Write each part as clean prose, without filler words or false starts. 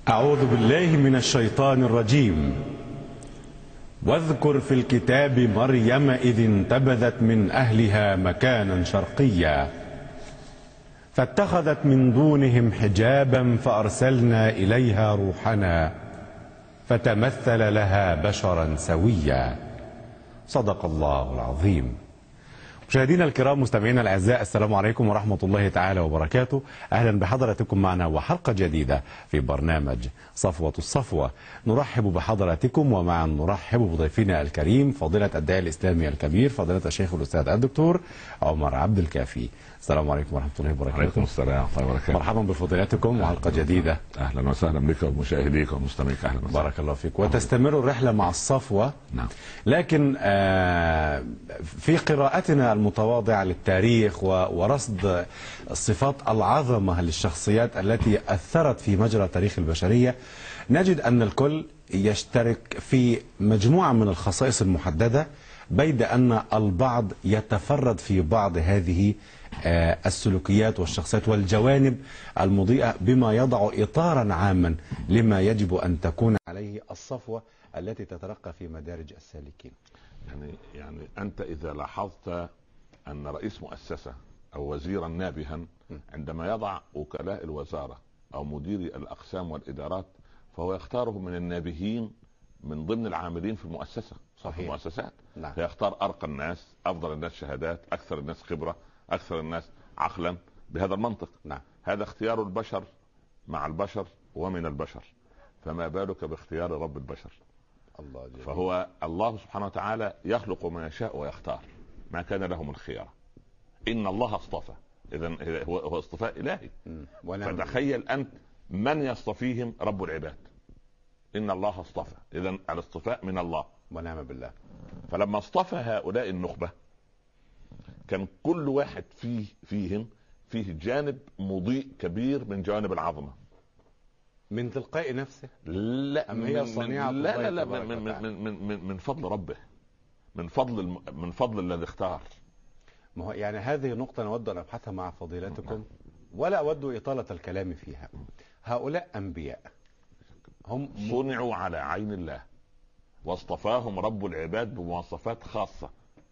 أعوذ بالله من الشيطان الرجيم. واذكر في الكتاب مريم إذ انتبذت من أهلها مكانا شرقيا فاتخذت من دونهم حجابا فأرسلنا إليها روحنا فتمثل لها بشرا سويا. صدق الله العظيم. مشاهدينا الكرام، مستمعينا الاعزاء، السلام عليكم ورحمه الله تعالى وبركاته. اهلا بحضراتكم معنا وحلقه جديده في برنامج صفوه الصفوه. نرحب بحضراتكم ومعا نرحب بضيفنا الكريم فضيله الداعي الاسلامي الكبير فضيله الشيخ الاستاذ الدكتور عمر عبد الكافي. السلام عليكم ورحمه الله وبركاته. وعليكم السلام ورحمه الله وبركاته. مرحبا بفضيلتكم وحلقه جديده. اهلا وسهلا بك ومشاهديك ومستمعيك. اهلا وسهلا. بارك الله فيك. وتستمر الرحله مع الصفوه. نعم. لكن في قراءتنا المتواضعه للتاريخ ورصد الصفات العظمه للشخصيات التي اثرت في مجرى تاريخ البشريه، نجد ان الكل يشترك في مجموعه من الخصائص المحدده، بيد ان البعض يتفرد في بعض هذه السلوكيات والشخصيات والجوانب المضيئة، بما يضع إطارا عاما لما يجب أن تكون عليه الصفوة التي تترقى في مدارج السالكين. يعني أنت إذا لاحظت أن رئيس مؤسسة أو وزيرا نابها عندما يضع وكلاء الوزارة أو مديري الأقسام والإدارات فهو يختاره من النابهين من ضمن العاملين في المؤسسة. صح. المؤسسات. نعم. فيختار أرقى الناس، أفضل الناس شهادات، أكثر الناس خبرة، أكثر الناس عقلا، بهذا المنطق. نعم. هذا اختيار البشر مع البشر ومن البشر، فما بالك باختيار رب البشر. الله جميل. فهو الله سبحانه وتعالى يخلق ما يشاء ويختار، ما كان لهم الخيار. إن الله اصطفى، إذن هو اصطفاء إلهي. فتخيل أنت من يصطفيهم؟ رب العباد. إن الله اصطفى، إذن الاصطفاء من الله ونعم بالله. فلما اصطفى هؤلاء النخبة كان كل واحد فيهم فيه جانب مضيء كبير من جوانب العظمة. من تلقاء نفسه؟ لا، أم هي صنيعة لا لا لا، من فضل ربه، من فضل الذي اختار. ما هو يعني هذه نقطة نود أن أبحثها مع فضيلتكم، ولا أود إطالة الكلام فيها. هؤلاء أنبياء هم صنعوا على عين الله، واصطفاهم رب العباد بمواصفات خاصة،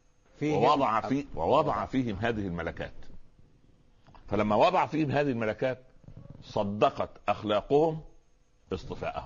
ووضع فيهم هذه الملكات. فلما وضع فيهم هذه الملكات صدقت أخلاقهم اصطفاءهم.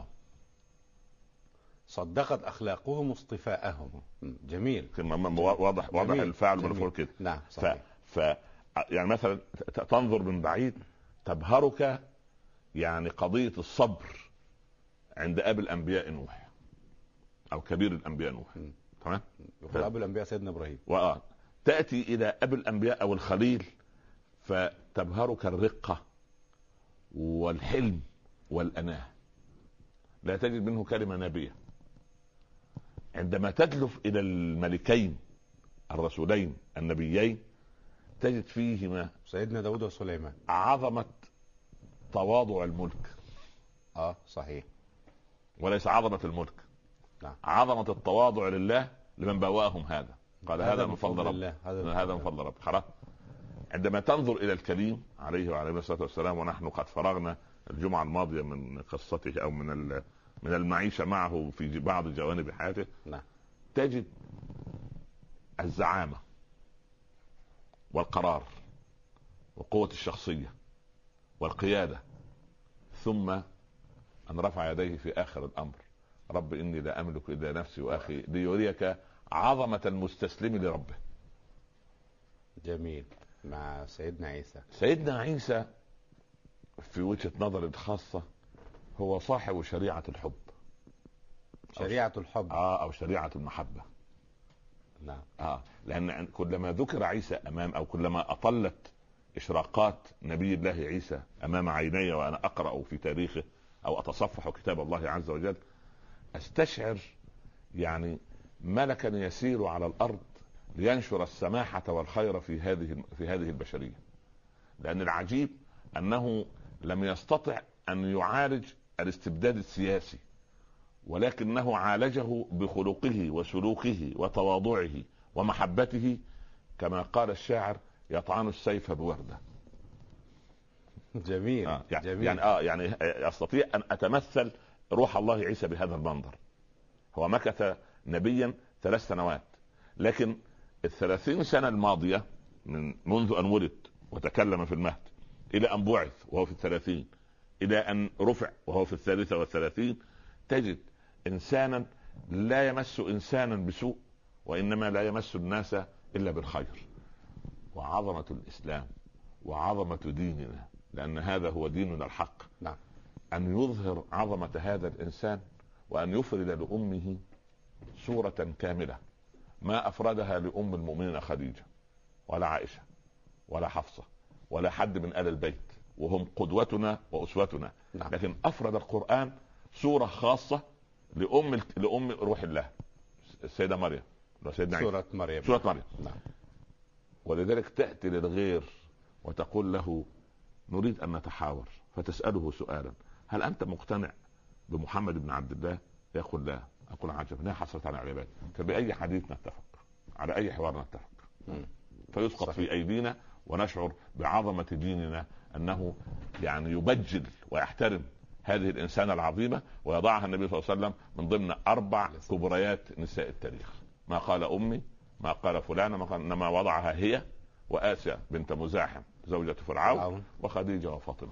صدقت أخلاقهم اصطفاءهم. جميل. واضح الفعل والمفعول كده. نعم صحيح. يعني مثلا تنظر من بعيد تبهرك يعني قضية الصبر عند أبي الأنبياء نوح، أو كبير الأنبياء نوح. تمام. أبو الأنبياء سيدنا إبراهيم. تأتي إلى أبي الأنبياء أو الخليل فتبهرك الرقة والحلم والأناة، لا تجد منه كلمة نبية. عندما تدلف إلى الملكين الرسولين النبيين تجد فيهما سيدنا داود وسليمان عظمة تواضع الملك. صحيح. وليس عظمة الملك. نعم. عظمة التواضع لله لمن بواهم هذا. قال هذا من فضل رب، هذا من فضل رب. خلاص. عندما تنظر إلى الكريم عليه وعلى الصلاة والسلام، ونحن قد فرغنا الجمعة الماضية من قصته أو من المعيشة معه في بعض جوانب حياته. نعم. تجد الزعامة والقرار وقوة الشخصية والقيادة، ثم أن رفع يديه في آخر الأمر: رب إني لا أملك إلا نفسي وأخي، ليريك عظمة المستسلم لربه. جميل. مع سيدنا عيسى في وجهة نظر الخاصة هو صاحب شريعة الحب. شريعة الحب أو شريعة المحبة. نعم. لأن كلما ذكر عيسى أو كلما أطلت إشراقات نبي الله عيسى أمام عيني وأنا أقرأ في تاريخه أو أتصفح كتاب الله عز وجل أستشعر يعني ملكا يسير على الأرض لينشر السماحة والخير في هذه البشرية. لأن العجيب أنه لم يستطع أن يعالج الاستبداد السياسي، ولكنه عالجه بخلقه وسلوكه وتواضعه ومحبته، كما قال الشاعر: يطعن السيف بوردة. جميل. جميل. يعني استطيع ان اتمثل روح الله عيسى بهذا المنظر. هو مكث نبيا 3 سنوات، لكن 30 سنة الماضية منذ ان ولد وتكلم في المهد الى ان بعث وهو في 30، الى ان رفع وهو في 33، تجد انسانا لا يمس انسانا بسوء، وانما لا يمس الناس الا بالخير. وعظمة الاسلام وعظمة ديننا، لان هذا هو ديننا الحق، نعم، ان يظهر عظمة هذا الانسان وان يفرد لامه صورة كاملة ما افردها لام المؤمنين خديجة ولا عائشة ولا حفصة ولا حد من آل البيت، وهم قدوتنا وأسوتنا. نعم. لكن أفرد القرآن صورة خاصة لأم روح الله، السيدة مريم، سورة مريم. نعم. ولذلك تأتي للغير وتقول له نريد أن نتحاور، فتسأله سؤالا: هل أنت مقتنع بمحمد بن عبد الله؟ يقول لا. أقول عجب، لا حصلت على العباد. فبأي حديث نتفق؟ على أي حوار نتفق؟ فيسقط في أيدينا ونشعر بعظمة ديننا، أنه يعني يبجل ويحترم هذه الإنسانة العظيمة، ويضعها النبي صلى الله عليه وسلم من ضمن 4 كبريات نساء التاريخ. ما قال أمي، ما قال فلانة، ما قال، إنما وضعها هي وآسيا بنت مزاحم زوجة فرعون وخديجة وفاطمة.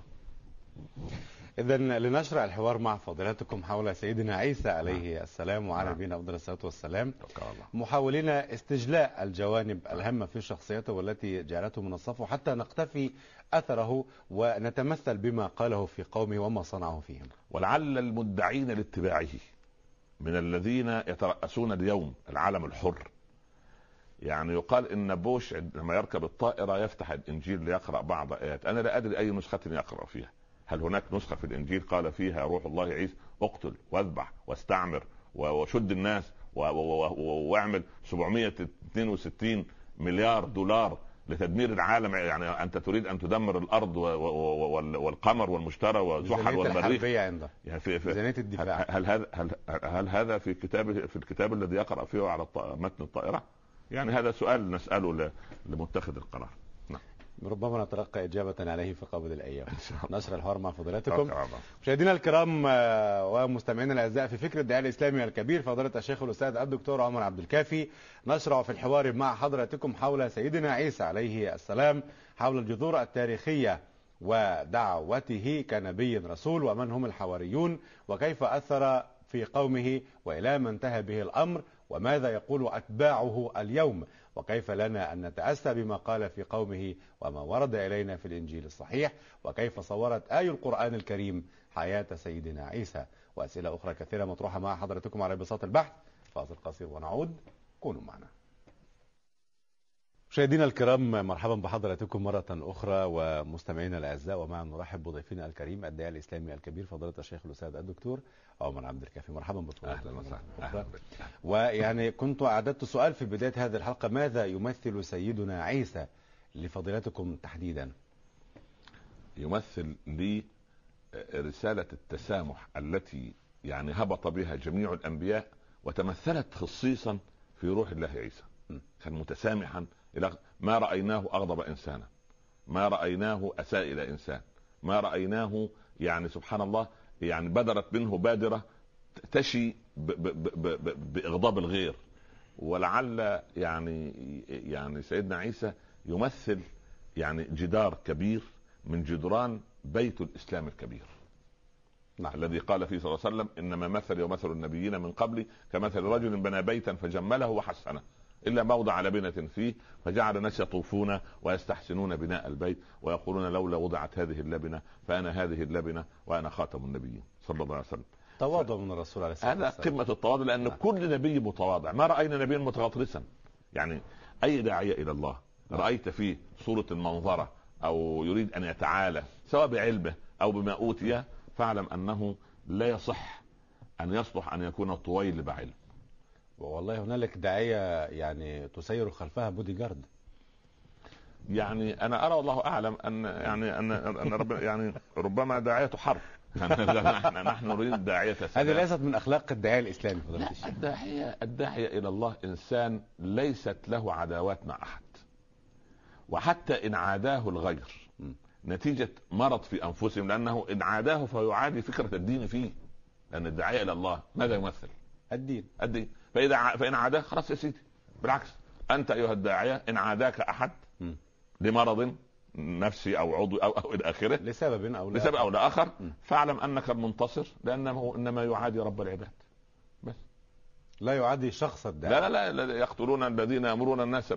إذن لنشرع الحوار مع فضيلتكم حول سيدنا عيسى عليه السلام وعلى نبينا أفضل الصلاة والسلام، محاولين استجلاء الجوانب الهامة في شخصيته والتي جعلته من الصفو، حتى نقتفي أثره ونتمثل بما قاله في قومه وما صنعه فيهم. ولعل المدعين لاتباعه من الذين يترأسون اليوم العالم الحر، يعني يقال إن بوش لما يركب الطائرة يفتح الإنجيل ليقرأ بعض آيات. أنا لا أدري أي نسخة يقرأ فيها. هل هناك نسخة في الإنجيل قال فيها روح الله عيسى اقتل واذبح واستعمر وشد الناس واعمل 762 مليار دولار لتدمير العالم؟ يعني أنت تريد أن تدمر الأرض والقمر والمشتري وزحل والمريخ يعني في ميزانية الدفاع. هل هذا في الكتاب الذي يقرأ فيه على متن الطائرة؟ يعني هذا سؤال نسأله لمتخذ القرار. ربما نتلقى إجابة عليه في قبل الأيام. نشر الحوار مع فضيلتكم. مشاهدينا الكرام ومستمعينا الأعزاء، في فكر الداعية الإسلامي الكبير فضيلة الشيخ الأستاذ الدكتور عمر عبد الكافي، نشرع في الحوار مع حضراتكم حول سيدنا عيسى عليه السلام، حول الجذور التاريخية ودعوته كنبي رسول، ومن هم الحواريون، وكيف أثر في قومه وإلى ما انتهى به الأمر، وماذا يقول أتباعه اليوم، وكيف لنا أن نتأسى بما قال في قومه وما ورد إلينا في الإنجيل الصحيح، وكيف صورت آي القرآن الكريم حياة سيدنا عيسى، وأسئلة أخرى كثيرة مطروحة مع حضرتكم على بساط البحث. فاصل قصير ونعود، كونوا معنا. مشاهدينا الكرام، مرحبا بحضراتكم مرة أخرى ومستمعينا الأعزاء، ومع نرحب بضيفنا الكريم الداعية الإسلامي الكبير فضيلة الشيخ الأستاذ الدكتور عمر عبد الكافي. مرحبا بكم. أهلا وسهلا. ويعني كنت أعددت سؤال في بداية هذه الحلقة: ماذا يمثل سيدنا عيسى لفضيلتكم تحديدا؟ يمثل لي رسالة التسامح التي يعني هبط بها جميع الأنبياء، وتمثلت خصيصا في روح الله عيسى. كان متسامحا، ما رأيناه أغضب إنسانا، ما رأيناه أساء إلى إنسان، ما رأيناه يعني سبحان الله يعني بدرت منه بادرة تشي بإغضاب الغير. ولعل يعني سيدنا عيسى يمثل يعني جدار كبير من جدران بيت الإسلام الكبير. الذي قال فيه صلى الله عليه وسلم: إنما مثل ومثل النبيين من قبلي كمثل رجل بنى بيتا فجمله وحسنه إلا موضع لبنة فيه فجعل الناس يطوفون ويستحسنون بناء البيت ويقولون لولا وضعت هذه اللبنة فأنا هذه اللبنة وأنا خاتم النبيين صلى الله عليه وسلم. تواضع من الرسول عليه الصلاة والسلام. هذا قمة التواضع، لأن كل نبي متواضع. ما رأينا نبيا متغطرسا. يعني أي داعية إلى الله رأيت فيه صورة المنظرة أو يريد أن يتعالى سواء بعلمه أو بما أوتي، فاعلم أنه لا يصح أن يصلح أن يكون طويل بعلم. والله هنالك داعية يعني تسير خلفها بودي جارد. يعني انا ارى والله اعلم ان يعني ربما داعية حرب. نحن نريد داعية سلام. هذه ليست من اخلاق الداعية الاسلامي. الداعية الى الله انسان ليست له عداوات مع احد، وحتى ان عاداه الغير نتيجة مرض في أنفسهم، لأنه إن عاداه فيعادي فكرة الدين فيه، لأن الداعية إلى الله ماذا يمثل؟ الدين. فإن عاداه خلاص يا سيدي، بالعكس أنت أيها الداعية إن عاداك أحد لمرض نفسي أو عضوي أو إلى آخره، لسبب أو لآخر، فاعلم أنك المنتصر، لأنه إنما يعادي رب العباد بس، لا يعادي شخص الداعية. لا يقتلون الذين يأمرون الناس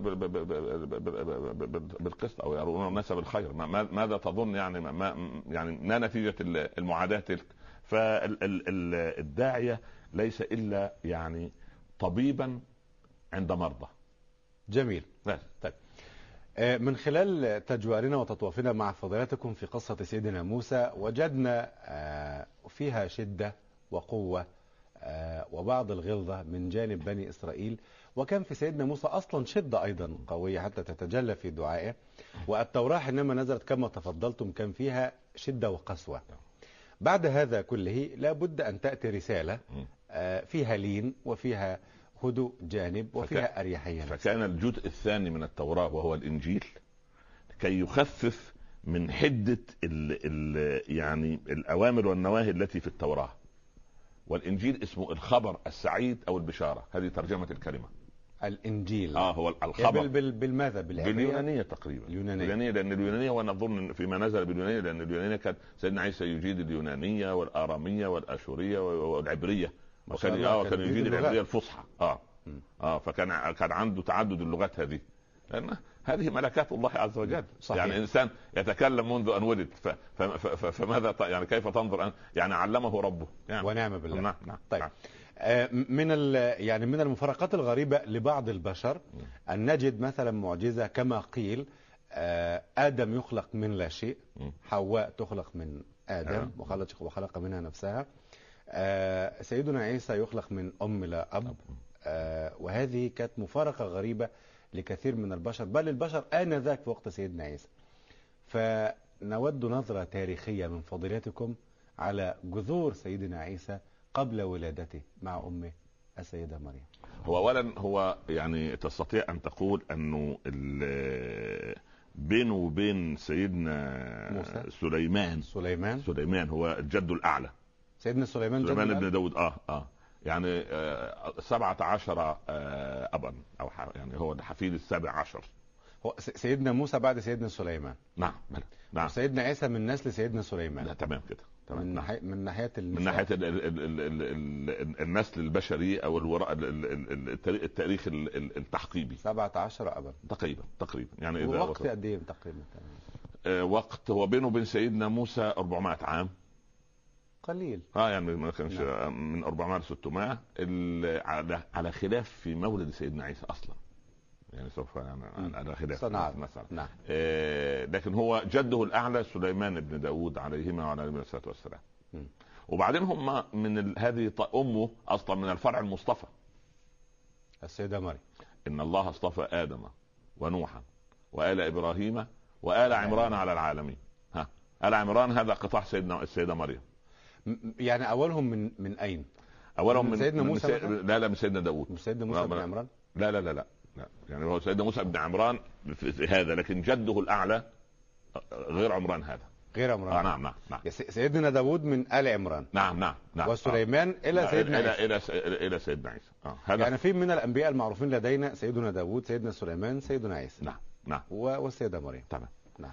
بالقسط أو يأمرون الناس بالخير. ماذا تظن يعني؟ ما نتيجة المعاداة تلك؟ فالداعية ليس إلا يعني طبيبا عند مرضى. جميل. بس. طيب، من خلال تجوارنا وتطوافنا مع فضيلتكم في قصة سيدنا موسى وجدنا فيها شدة وقوة وبعض الغلظة من جانب بني إسرائيل، وكان في سيدنا موسى أصلا شدة أيضا قوية حتى تتجلى في دعائه، والتوراة حينما نزلت كما تفضلتم كان فيها شدة وقسوة. بعد هذا كله لابد أن تأتي رسالة فيها لين وفيها هدوء جانب وفيها أريحية. فكان الجزء الثاني من التوراة وهو الإنجيل كي يخفف من حدة يعني الأوامر والنواهي التي في التوراة. والإنجيل اسمه الخبر السعيد أو البشارة، هذه ترجمة الكلمة. الإنجيل هو الخبر بالماذا؟ باليونانية تقريبا. اليونانية لأن اليونانية، وأنا أظن فيما نزل باليونانية، لأن اليونانية كان سيدنا عيسى يجيد اليونانية والآرامية والأشورية والعبرية، وكان يجيد العبرية الفصحى. فكان عنده تعدد اللغات هذه، لأن هذه ملكات الله عز وجل. صحيح. يعني إنسان يتكلم منذ أن ولد، فماذا يعني كيف تنظر يعني علمه ربه يعني. ونعم بالله. نعم. طيب، من المفارقات الغريبة لبعض البشر أن نجد مثلا معجزة كما قيل آدم يخلق من لا شيء، حواء تخلق من آدم وخلق منها نفسها، سيدنا عيسى يخلق من أم لا أب. وهذه كانت مفارقة غريبة لكثير من البشر، بل البشر آنذاك في وقت سيدنا عيسى. فنود نظرة تاريخية من فضيلتكم على جذور سيدنا عيسى قبل ولادته مع أمه السيدة مريم. هو أولا هو يعني تستطيع أن تقول أنه بينه وبين سيدنا موسى سليمان هو الجد الأعلى. سيدنا سليمان بن داود يعني 17 أبا أو يعني هو الحفيد 17. هو سيدنا موسى بعد سيدنا سليمان. نعم. وسيدنا عيسى من نسل سيدنا سليمان. لا تمام كده. من ناحية النسل البشري أو التاريخ التحقيبي. 17 أبا تقريبا يعني. وقت قد ايه تقريبا؟ وقت هو بينه وبين سيدنا موسى 400 عام قليل. يعني ما كانش من 400 ل 600 على خلاف في مولد سيدنا عيسى اصلا، يعني سوف على خلاف مثلا. نعم. لكن هو جده الاعلى سليمان بن داود عليهما وعلى نبينا الصلاه والسلام. وبعدين هم من هذه امه اصلا من الفرع المصطفى السيده مريم. ان الله اصطفى ادم ونوحا وآل ابراهيم وآل عمران على العالمين. آل عمران هذا قطاع السيده مريم. يعني اولهم من اين؟ اولهم من سيدنا موسى؟ لا من سيدنا داود. من سيدنا موسى بن عمران؟ لا يعني هو سيدنا موسى بن عمران في هذا، لكن جده الاعلى غير عمران هذا. غير عمران. نعم. سيدنا داود من آل عمران. نعم. وسليمان الى سيدنا عيسى. الى سيدنا عيسى. يعني في من الانبياء المعروفين لدينا سيدنا داود، سيدنا سليمان، سيدنا عيسى. نعم. والسيده مريم. تمام. نعم.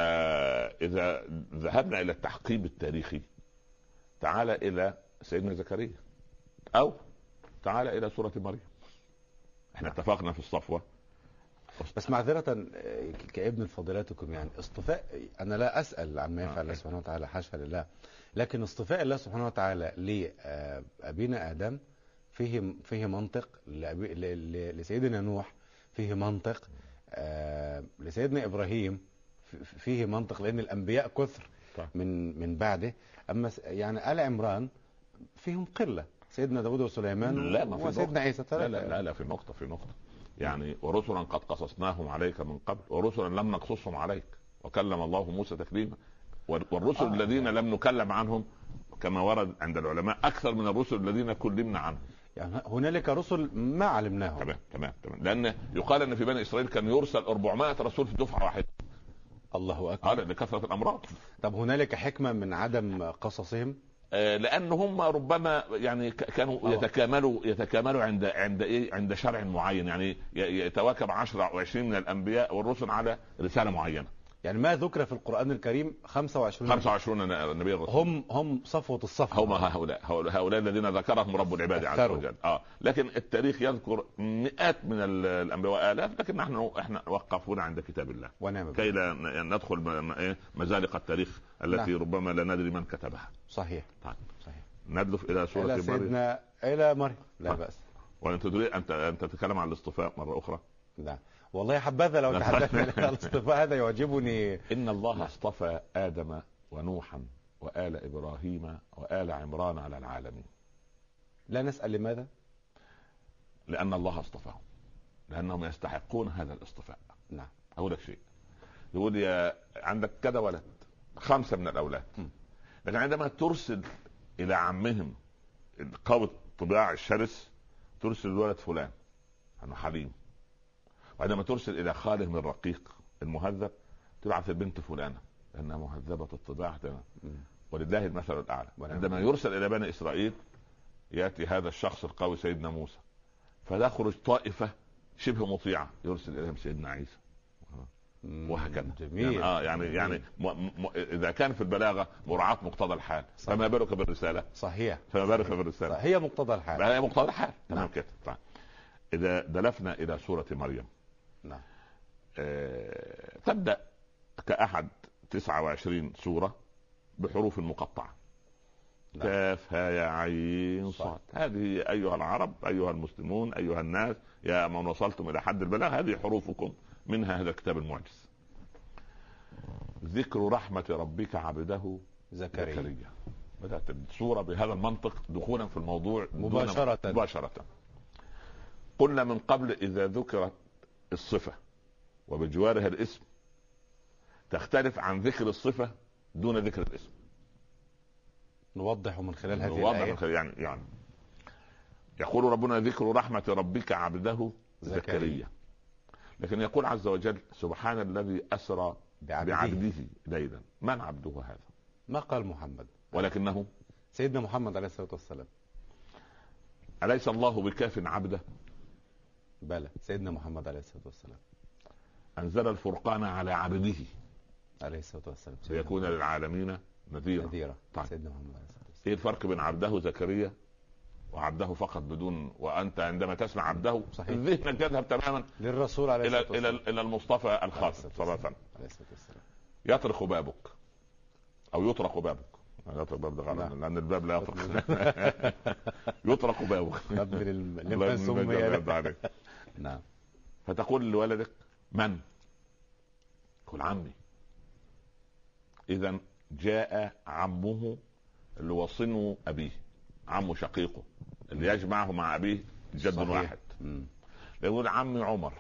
فاذا ذهبنا الى التحقيب التاريخي، تعال الى سيدنا زكريا او تعال الى سورة مريم. احنا اتفقنا في الصفوة. بس معذرة كابن فضيلتكم، يعني اصطفاء، انا لا اسأل عما يفعل الله سبحانه وتعالى، حاشا لله، لكن اصطفاء الله سبحانه وتعالى لابينا ادم فيه منطق، لسيدنا نوح فيه منطق، لسيدنا ابراهيم فيه منطق، لان الانبياء كثر من بعده. اما يعني آل عمران فيهم قلة، سيدنا داود وسليمان وسيدنا عيسى. لا في نقطة يعني ورسلا قد قصصناهم عليك من قبل ورسلا لم نقصصهم عليك وكلم الله موسى تكليما. والرسل الذين لم نكلم عنهم كما ورد عند العلماء اكثر من الرسل الذين كلمنا عنهم. يعني هنالك رسل ما علمناهم. تمام. لان يقال ان في بني اسرائيل كان يرسل 400 رسول في دفعة واحدة. الله اكبر. لكثره الامراض. طب هنالك حكمه من عدم قصصهم؟ لان هم ربما يعني كانوا يتكاملوا عند شرع معين، يعني يتواكب 10 او 20 من الانبياء والرسل على رساله معينه. يعني ما ذكر في القرآن الكريم 25 نبي الرسول، هم صفوة الصف، هم هؤلاء الذين ذكرهم رب العباد عز وجل. لكن التاريخ يذكر مئات من الانبياء والاف، لكن احنا وقفونا عند كتاب الله ونعم كي لا ندخل مزالق التاريخ التي ربما لا ندري من كتبها. صحيح. طيب. صحيح. ندلف الى سوره مريم. سيدنا الى مريم. لا بأس. وانت تريد ان تتكلم عن الاصطفاء مره اخرى؟ لا والله حبذا لو تحدثنا عن الاصطفاء، هذا يعجبني. ان الله اصطفى ادم ونوحا وآل ابراهيم وآل عمران على العالمين. لا نسأل لماذا؟ لان الله اصطفاهم، لانهم يستحقون هذا الاصطفاء. نعم. اقول لك شيء، يقول يا عندك كذا ولد، 5 من الاولاد، لكن عندما ترسل الى عمهم قوي الطباع الشرس ترسل الولد فلان انه حليم، وعندما ترسل الى خاله من الرقيق المهذب تبعث البنت فلانه لانها مهذبه الطباع. ولله المثل الاعلى. عندما يرسل الى بني اسرائيل ياتي هذا الشخص القوي سيدنا موسى، فتخرج طائفه شبه مطيعه يرسل اليهم سيدنا عيسى، وهكذا. جميل. يعني اذا كان في البلاغه مراعاه مقتضى الحال، فما بالك بالرساله؟ صحيح. فما بالك بالرساله؟ هي مقتضى الحال. هي مقتضى الحال. تمام كده. طيب. اذا دلفنا الى سوره مريم، نعم. تبدا كاحد 29 سوره بحروف مقطعه. نعم. كاف ها يا عين صاد. هذه ايها العرب، ايها المسلمون، ايها الناس، يا من وصلتم الى حد البلاغ، هذه حروفكم، منها هذا الكتاب المعجز. ذكر رحمة ربك عبده زكريا. بدأت السورة بهذا المنطق دخولا في الموضوع مباشرة. قلنا من قبل إذا ذكرت الصفة وبجوارها الاسم تختلف عن ذكر الصفة دون ذكر الاسم. نوضح من خلال هذه الآية. يعني يقول ربنا ذكر رحمة ربك عبده زكريا، لكن يقول عز وجل سبحان الذي أسرى بعبده ليلا. من عبده هذا؟ ما قال محمد، ولكنه سيدنا محمد عليه الصلاة والسلام. أليس الله بكاف عبده؟ بلى، سيدنا محمد عليه الصلاة والسلام. أنزل الفرقان على عبده عليه الصلاة والسلام ليكون للعالمين نذيرا. طيب. سيدنا محمد عليه الصلاة والسلام. ايه الفرق بين عبده زكريا وعبده فقط بدون، وانت عندما تسمع عبده ذهنك يذهب تماما للرسول عليه الصلاة والسلام، الى المصطفى الخاص صلى الله عليه وسلم. يطرق بابك او يطرق بابك، يطرق باب ده لان الباب لا يطرق. يطرق بابك. نعم. فتقول لولدك من؟ قل عمي. اذا جاء عمه اللي وصنه ابيه، عمه شقيقه اللي يجمعه مع ابيه جد واحد. يقول عمي عمر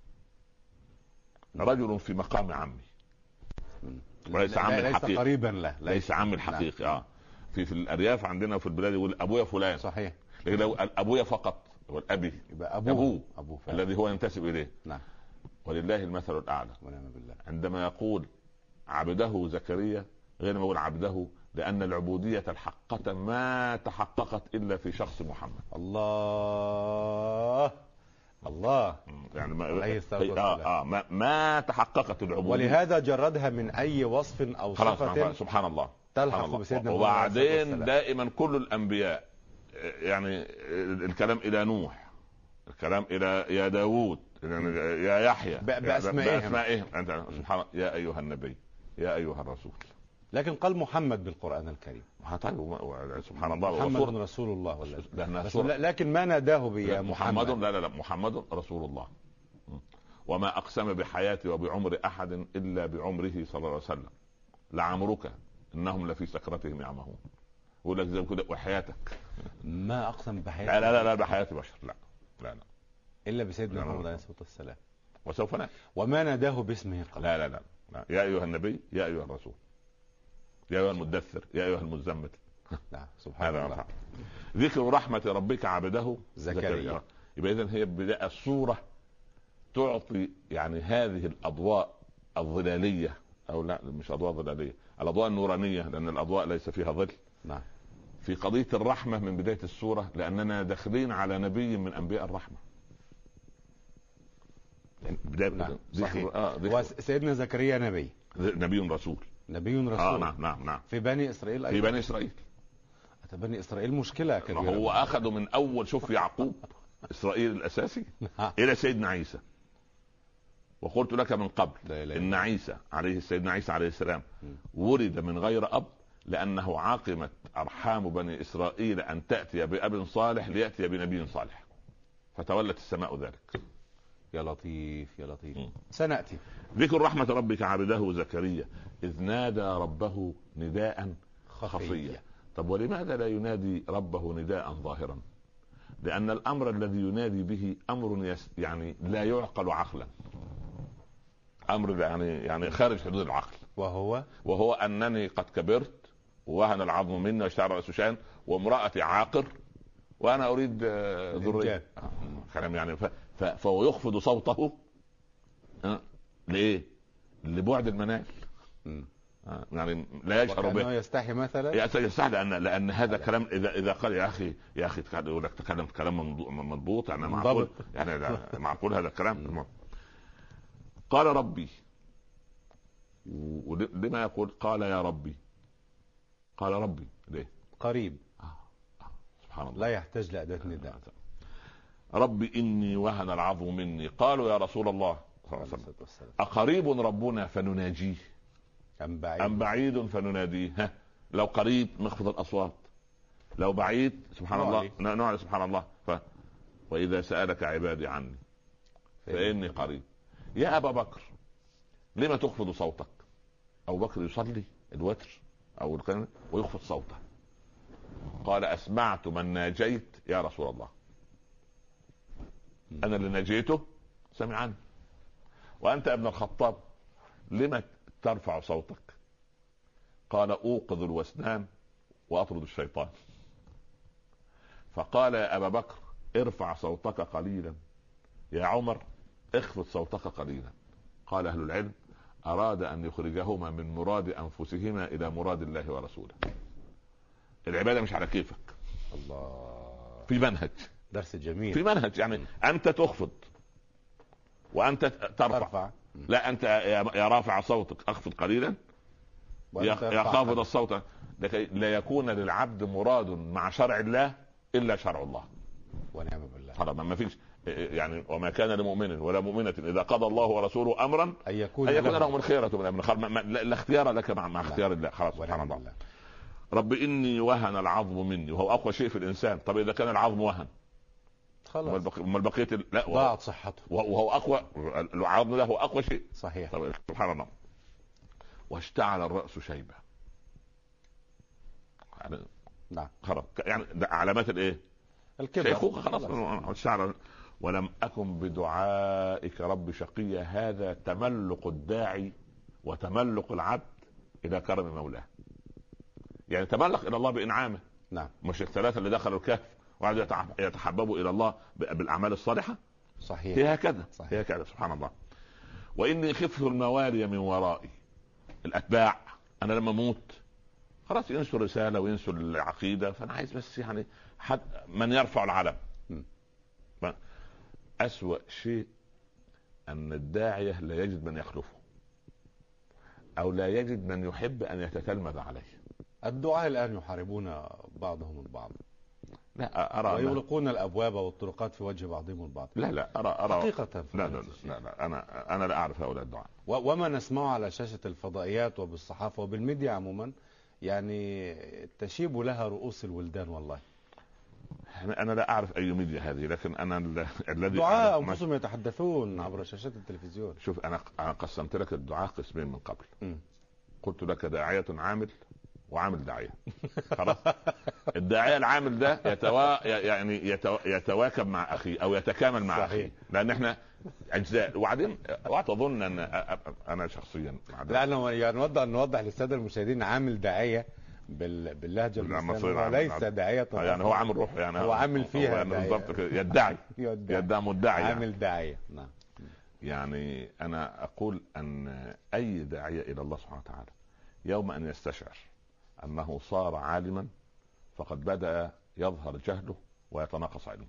رجل في مقام عمي، وليس عمي الحقيقي، قريبا له، ليس عمي الحقيقي. في الارياف عندنا في البلاد يقول ابويا فلان. صحيح. لكن لو ابويا فقط يقول ابي، يبقى ابوه الذي هو ينتسب اليه. نعم. ولله المثل الاعلى. ونعم بالله. عندما يقول عبده زكريا غير ما يقول عبده، لأن العبودية الحقة ما تحققت إلا في شخص محمد. الله يعني ما تحققت العبودية، ولهذا جردها من أي وصف أو صفة. سبحان الله. تلحق بسيدنا. وبعدين دائما كل الأنبياء، يعني الكلام إلى نوح، الكلام إلى يا داود، يا يحيى، بأسمائهم. أنت سبحان الله، يا أيها النبي، يا أيها الرسول. لكن قال محمد بالقرآن الكريم. سبحان الله. محمد رسول الله لكن ما ناداه بيا محمد. لا محمد رسول الله. وما أقسم بحياتي وبعمر أحد إلا بعمره صلى الله عليه وسلم، لعمرك إنهم لفي سكرتهم يعمهون. يقول لك زي كده وحياتك. ما أقسم بحياتي. لا بحياة بشر، لا إلا بسيدنا محمد عليه الصلاة والسلام. وسوف نأتي. وما ناداه باسمه قبل. لا يا أيها النبي، يا أيها الرسول، يا أيها المدثر، يا أيها المزمل. نعم. سبحان الله. ذكر رحمة ربك عبده زكريا. يبقى إذن هي بداية السورة تعطي يعني هذه الأضواء الظلالية او لا مش اضواء ظلاليه، الاضواء النورانيه، لان الاضواء ليس فيها ظل. نعم. في قضيه الرحمه من بدايه السوره، لاننا داخلين على نبي من انبياء الرحمه. يعني بدايه نعم. صحيح. وسيدنا زكريا نبي رسول. نبي رسول. نعم. في بني اسرائيل أيضا. في بني اسرائيل. بني اسرائيل مشكله كبيره. هو اخذوا من اول، شوف يعقوب اسرائيل الاساسي الى سيدنا عيسى. وقلت لك من قبل ان سيدنا عيسى عليه السلام ولد من غير اب، لانه عاقمت ارحام بني اسرائيل ان تاتي باب صالح لياتي بنبي صالح، فتولت السماء ذلك. يا لطيف يا لطيف. سناتي. ذكر رحمه ربك عبده زكريا اذ نادى ربه نداء خفيا. طب ولماذا لا ينادي ربه نداء ظاهرا؟ لان الامر الذي ينادي به امر يعني لا يعقل عقلا، امر يعني خارج حدود العقل. وهو انني قد كبرت ووهن العظم مني واشتعل راس شان وامرأتي عاقر وانا اريد ذريه. كلام يعني فهو يخفض صوته. ليه؟ لبعد المنال. يعني لا يشعر به، يستحي مثلا. يستحي لان هذا كلام اذا قال يا اخي يقول لك تكلم كلام مضبوط، يعني معقول، يعني معقول هذا الكلام. قال ربي، ولما يقول قال يا ربي؟ قال ربي ليه؟ قريب. سبحان الله، لا يحتاج لأداة نداء. ربي إني وهن العظم مني. قالوا يا رسول الله صلى الله عليه وسلم أقريب ربنا فنناجيه أم بعيد فنناديه؟ لو قريب نخفض الأصوات، لو بعيد سبحان الله نعلى سبحان الله. وإذا سألك عبادي عني فإني قريب. يا أبا بكر لما تخفض صوتك؟ أبو بكر يصلي الوتر أو القيام ويخفض صوته. قال أسمعت من ناجيت يا رسول الله، أنا اللي ناجيته سمعني. وأنت ابن الخطاب لما ترفع صوتك؟ قال أوقظ الوسنان وأطرد الشيطان. فقال يا أبا بكر ارفع صوتك قليلا، يا عمر اخفض صوتك قليلا. قال أهل العلم أراد أن يخرجهما من مراد أنفسهما إلى مراد الله ورسوله. العبادة مش على كيفك. الله، في منهج، درس جميل، في منهج. يعني أنت تخفض وأنت ترفع. لا، أنت يا رافع صوتك أخفض قليلا، يا خافض الصوت، لكي لا يكون للعبد مراد مع شرع الله إلا شرع الله. ونعم بالله. ما فيش يعني وما كان لمؤمن ولا مؤمنة إذا قضى الله ورسوله أمرا أن يكون لهم الخيرة من أمرهم. لا اختيار لك مع اختيار الله. خلاص سبحان الله. رب إني وهن العظم مني، وهو أقوى شيء في الإنسان. طب إذا كان العظم وهن خلاص ما بقية لا ضاعت صحته، وهو أقوى. العظم له هو أقوى شيء. صحيح. طب سبحان الله. واشتعل الرأس شيبة. نعم. خلاص يعني علامات الإيه؟ الكبر، شيخوخة. خلاص. ولم أكن بدعائك رب شقيا. هذا تملق الداعي وتملق العبد إلى كرم مولاه. يعني تملق إلى الله بإنعامه. نعم. مش الثلاثة اللي دخلوا الكهف وقعدوا يتحببوا إلى الله بالأعمال الصالحة. صحيح. هي هكذا. هي هكذا سبحان الله. وإني خفت الموالي من ورائي، الأتباع. أنا لما أموت خلاص ينسوا الرسالة وينسوا العقيدة، فأنا عايز بس يعني حد من يرفع العلم. أسوأ شيء أن الداعية لا يجد من يخلفه، أو لا يجد من يحب أن يتتلمذ عليه. الدعاة الآن يحاربون بعضهم البعض. لا أرى ويغلقون الأبواب والطرقات في وجه بعضهم البعض. لا أرى حقيقة. لا أنا لا أعرف هؤلاء الدعاة. وما نسمعه على شاشة الفضائيات وبالصحافة وبالميديا عموما يعني تشيب لها رؤوس الولدان. والله أنا لا أعرف أي ميديا هذه، لكن أنا الذي دعاء أنفسهم يتحدثون عبر شاشات التلفزيون. شوف أنا قسمت لك الدعاء قسمين من قبل. قلت لك داعية عامل وعامل داعية. خلاص. الداعية العامل ده يتواكب مع أخيه أو يتكامل مع أخيه، لأن إحنا أجزاء. وبعدين وأتظن أن أنا شخصيا لا أنا نوضح للسادة المشاهدين عامل داعية باللهجة المصرية ليس داعية يعني هو عامل روح، يعني هو عامل فيها بالضبط. يدعي مدعي عامل داعية. نعم. يعني انا اقول ان اي داعية الى الله سبحانه وتعالى يوم ان يستشعر انه صار عالما فقد بدأ يظهر جهله ويتناقص علمه.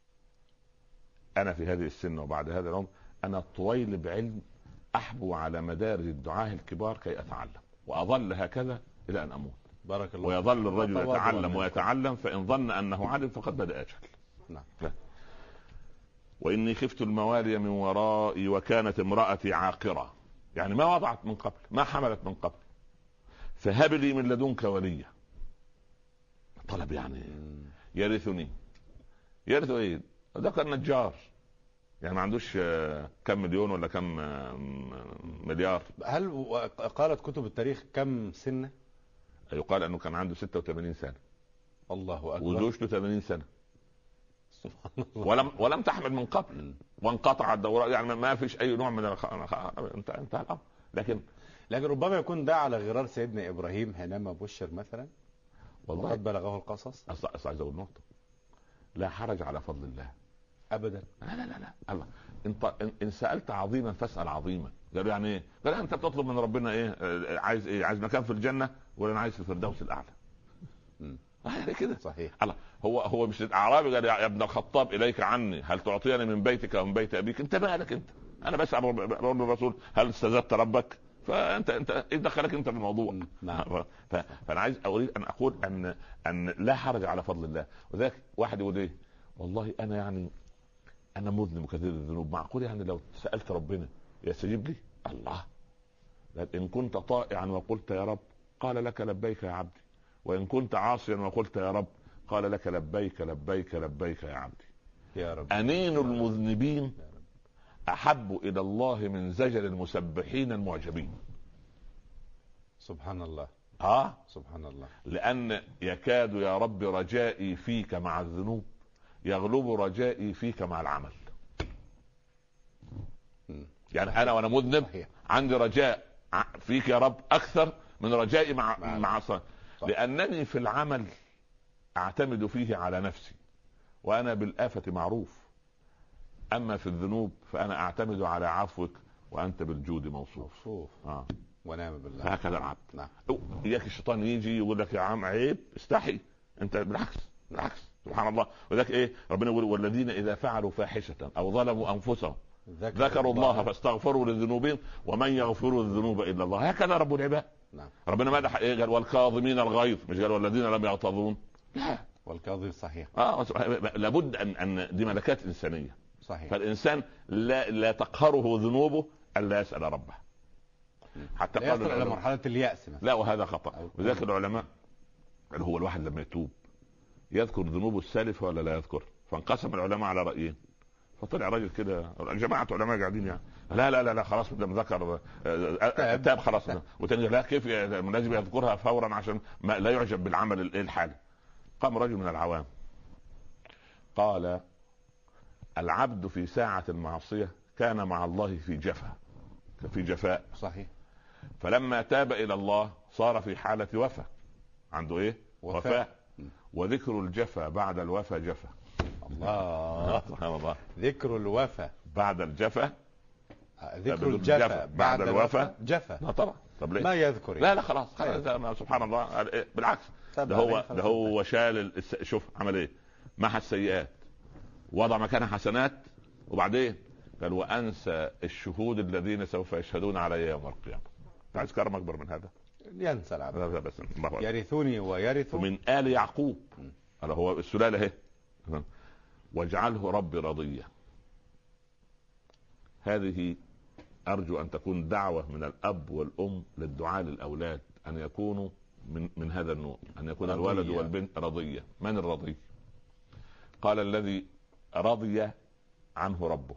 انا في هذه السن وبعد هذا العمر انا طويل بعلم احبو على مدارج الدعاة الكبار كي اتعلم، واظل هكذا الى ان اموت. بارك الله. ويظل الرجل تواضع يتعلم منكم. ويتعلم، فان ظن انه علم فقد بدأ يجهل. نعم. واني خفت الموالي من ورائي وكانت امرأتي عاقرة، يعني ما وضعت من قبل، ما حملت من قبل، فهب لي من لدنك وليا. طلب يعني يرثني. يرث ايه؟ ده كان نجار، يعني ما عندوش كم مليون ولا كم مليار. هل قالت كتب التاريخ كم سنة؟ يقال انه كان عنده 86 سنة الله اكبر. وزوجته 80 سنة سبحان الله. ولم تحمل من قبل، وانقطع الدورة، يعني ما فيش اي نوع من انتهى الامر. لكن ربما يكون ده على غرار سيدنا ابراهيم حينما بشر مثلا، والله وقد بلغه القصص. أصل عايز اقول نقطة، لا حرج على فضل الله ابدا. لا الله. انت ان سالت عظيما فاسال عظيما. قالوا يعني ايه؟ قال انت بتطلب من ربنا ايه؟ عايز ايه؟ عايز مكان في الجنه ولا انا عايز في الفردوس الاعلى؟ يعني كده صحيح. الله. هو مش الاعرابي قال يا ابن الخطاب اليك عني هل تعطيني من بيتك ومن بيت ابيك؟ انت مالك انت؟ انا بسال الرسول هل استزدت ربك؟ فانت ايه دخلك انت في الموضوع؟ نعم. فانا اريد ان اقول ان لا حرج على فضل الله. وذلك واحد يقول ايه؟ والله انا يعني انا مذنب كثير الذنوب، معقول يعني لو سالت ربنا يستجيب لي؟ الله. ان كنت طائعا وقلت يا رب قال لك لبيك يا عبدي، وان كنت عاصيا وقلت يا رب قال لك لبيك لبيك لبيك يا عبدي. يا رب. انين المذنبين احب الى الله من زجر المسبحين المعجبين. سبحان الله. سبحان الله. لان يكاد يا رب رجائي فيك مع الذنوب يغلب رجائي فيك مع العمل. يعني انا وانا مذنب عندي رجاء فيك يا رب اكثر من رجائي مع صح. لانني في العمل اعتمد فيه على نفسي وانا بالآفة معروف، اما في الذنوب فانا اعتمد على عفوك وانت بالجود موصوف. ونعم بالله. هكذا العبد. نعم. اياك الشيطان يجي يقول لك يا عم عيب استحي، انت بالعكس سبحان الله. وذاك ايه ربنا يقول والذين اذا فعلوا فاحشة او ظلموا انفسهم ذكروا الله فاستغفروا لذنوبهم ومن يغفر الذنوب الا الله. هكذا رب العباد. نعم. ربنا مدح ايه؟ قال والكاظمين الغيظ، مش قال والذين لم يغتظون. لا والكاظم صحيح. لابد ان دي ملكات انسانيه. صحيح. فالانسان لا تقهره ذنوبه الا يسال ربه. حتى قالوا على مرحله الياس مثلا. لا وهذا خطا. وذلك العلماء قال هو الواحد لما يتوب يذكر ذنوبه السالفه ولا لا يذكر؟ فانقسم العلماء على رايين. فطلع راجل كده جماعه علماء قاعدين يعني لا خلاص لما ذكر تاب خلاص. وتاني لا كيف لازم يذكرها فورا عشان ما لا يعجب بالعمل الحالي. قام رجل من العوام قال العبد في ساعة المعصية كان مع الله في جفاء. صحيح. فلما تاب إلى الله صار في حالة وفاء. عنده ايه؟ وفاء. وذكر الجفا بعد الوفا جفا. الله. سبحان الله. ذكر الوفا بعد الجفا. ذكر الجفا بعد الوفا جفا. لا طبعا. طب ليه؟ ما يذكر لا خلاص سبحان الله. بالعكس ده هو شال شوف عمل ايه؟ محى السيئات وضع مكانها حسنات. وبعدين قال وانسى الشهود الذين سوف يشهدون علي يوم القيامه. عايز كرم اكبر من هذا؟ ينسى العبد. بس يرثوني ويرث من آل يعقوب. هذا هو السلاله اهي. واجعله ربي رضيا. هذه ارجو ان تكون دعوه من الاب والام للدعاء للاولاد ان يكونوا من هذا النوع، ان يكون رضية. الولد والبنت رضية. من الرضي؟ قال الذي رضي عنه ربه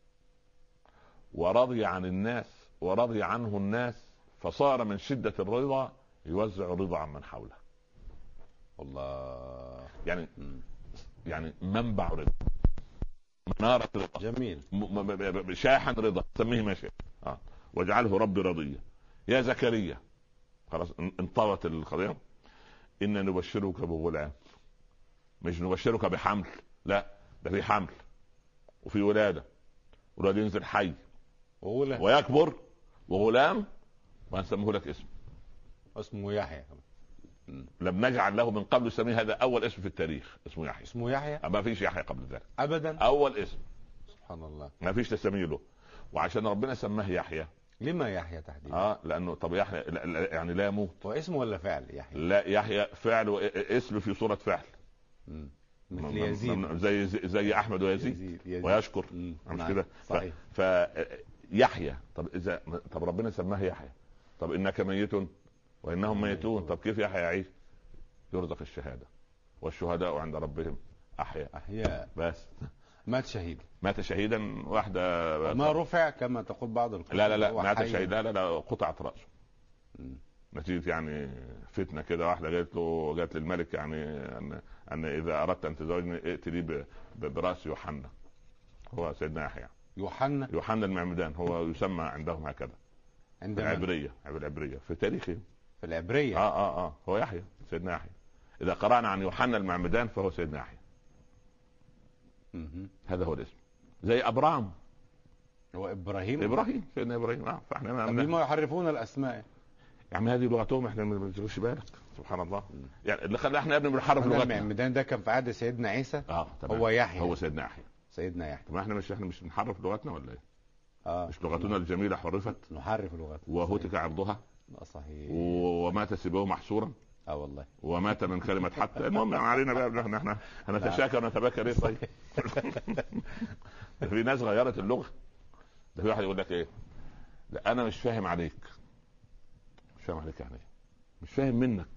ورضي عن الناس ورضي عنه الناس فصار من شدة الرضا يوزع الرضا عن من حوله. الله. يعني منبع رضا، منارة رضا. جميل. شاحن رضا سميه ما شاء. واجعله ربي رضيا. يا زكريا خلاص انطوت القضية. إن نبشرك بغلام. مش نبشرك بحمل، لا ده في حمل وفي ولادة. ولاد ينزل حي وغلام. ويكبر وغلام وهنسميه لك اسم اسمه يحيى. لم نجعل له من قبل سميه، هذا اول اسم في التاريخ اسمه يحيى. اسمه يحيى ما فيش يحيى قبل ذلك ابدا، اول اسم. سبحان الله. ما فيش تسميه له. وعشان ربنا سماه يحيى. لما يحيى تحديدا؟ لانه طب يحيى يعني لا يموت. هو اسم ولا فعل يحيى؟ لا، يحيى فعل واسم في صورة فعل. مثل يزيد، زي احمد ويزيد ويشكر. مش كده؟ صحيح. يحيى. طب ربنا سماه يحيى. طب انك ميت وانهم ميتون. طب كيف يحيى يعيش؟ يرزق الشهاده والشهداء عند ربهم احياء. بس مات شهيد. مات شهيدا. واحده ما رفع كما تقول بعض الكتب. لا مات شهيدا. لا قطعت راسه نتيجه يعني فتنه كده. واحده قالت للملك يعني ان اذا اردت ان تزوجني ائت لي براس يوحنا. هو سيدنا يحيى. يوحنا المعمدان هو يسمى عندهم هكذا في العبريه في تاريخهم. في العبريه هو يحيى، سيدنا يحيى. اذا قرانا عن يوحنا المعمدان فهو سيدنا يحيى. هذا هو الاسم. زي ابرام. هو ابراهيم سيدنا ابراهيم. فاحنا بما يحرفون الاسماء. يعني هذه لغتهم، احنا ما بنشغلش بالك. سبحان الله. يعني اللي خلى احنا ابن بنحرف لغتنا. المعمدان ده كان في عهد سيدنا عيسى. هو يحيى. هو سيدنا يحيى. طب احنا مش بنحرف لغتنا ولا ايه؟ مش لغتنا الجميله حرفت؟ نحرف لغتنا وهتك عرضها. صحيح. ومات سبوه محصورا. والله. ومات من كلمه حتى. المهم علينا بقى احنا هنتشاكر ونتباكى ليه؟ طيب. في ناس غيرت اللغه. ده في واحد يقول لك ايه؟ لا انا مش فاهم عليك. مش فاهم عليك يعني ايه؟ مش فاهم منك.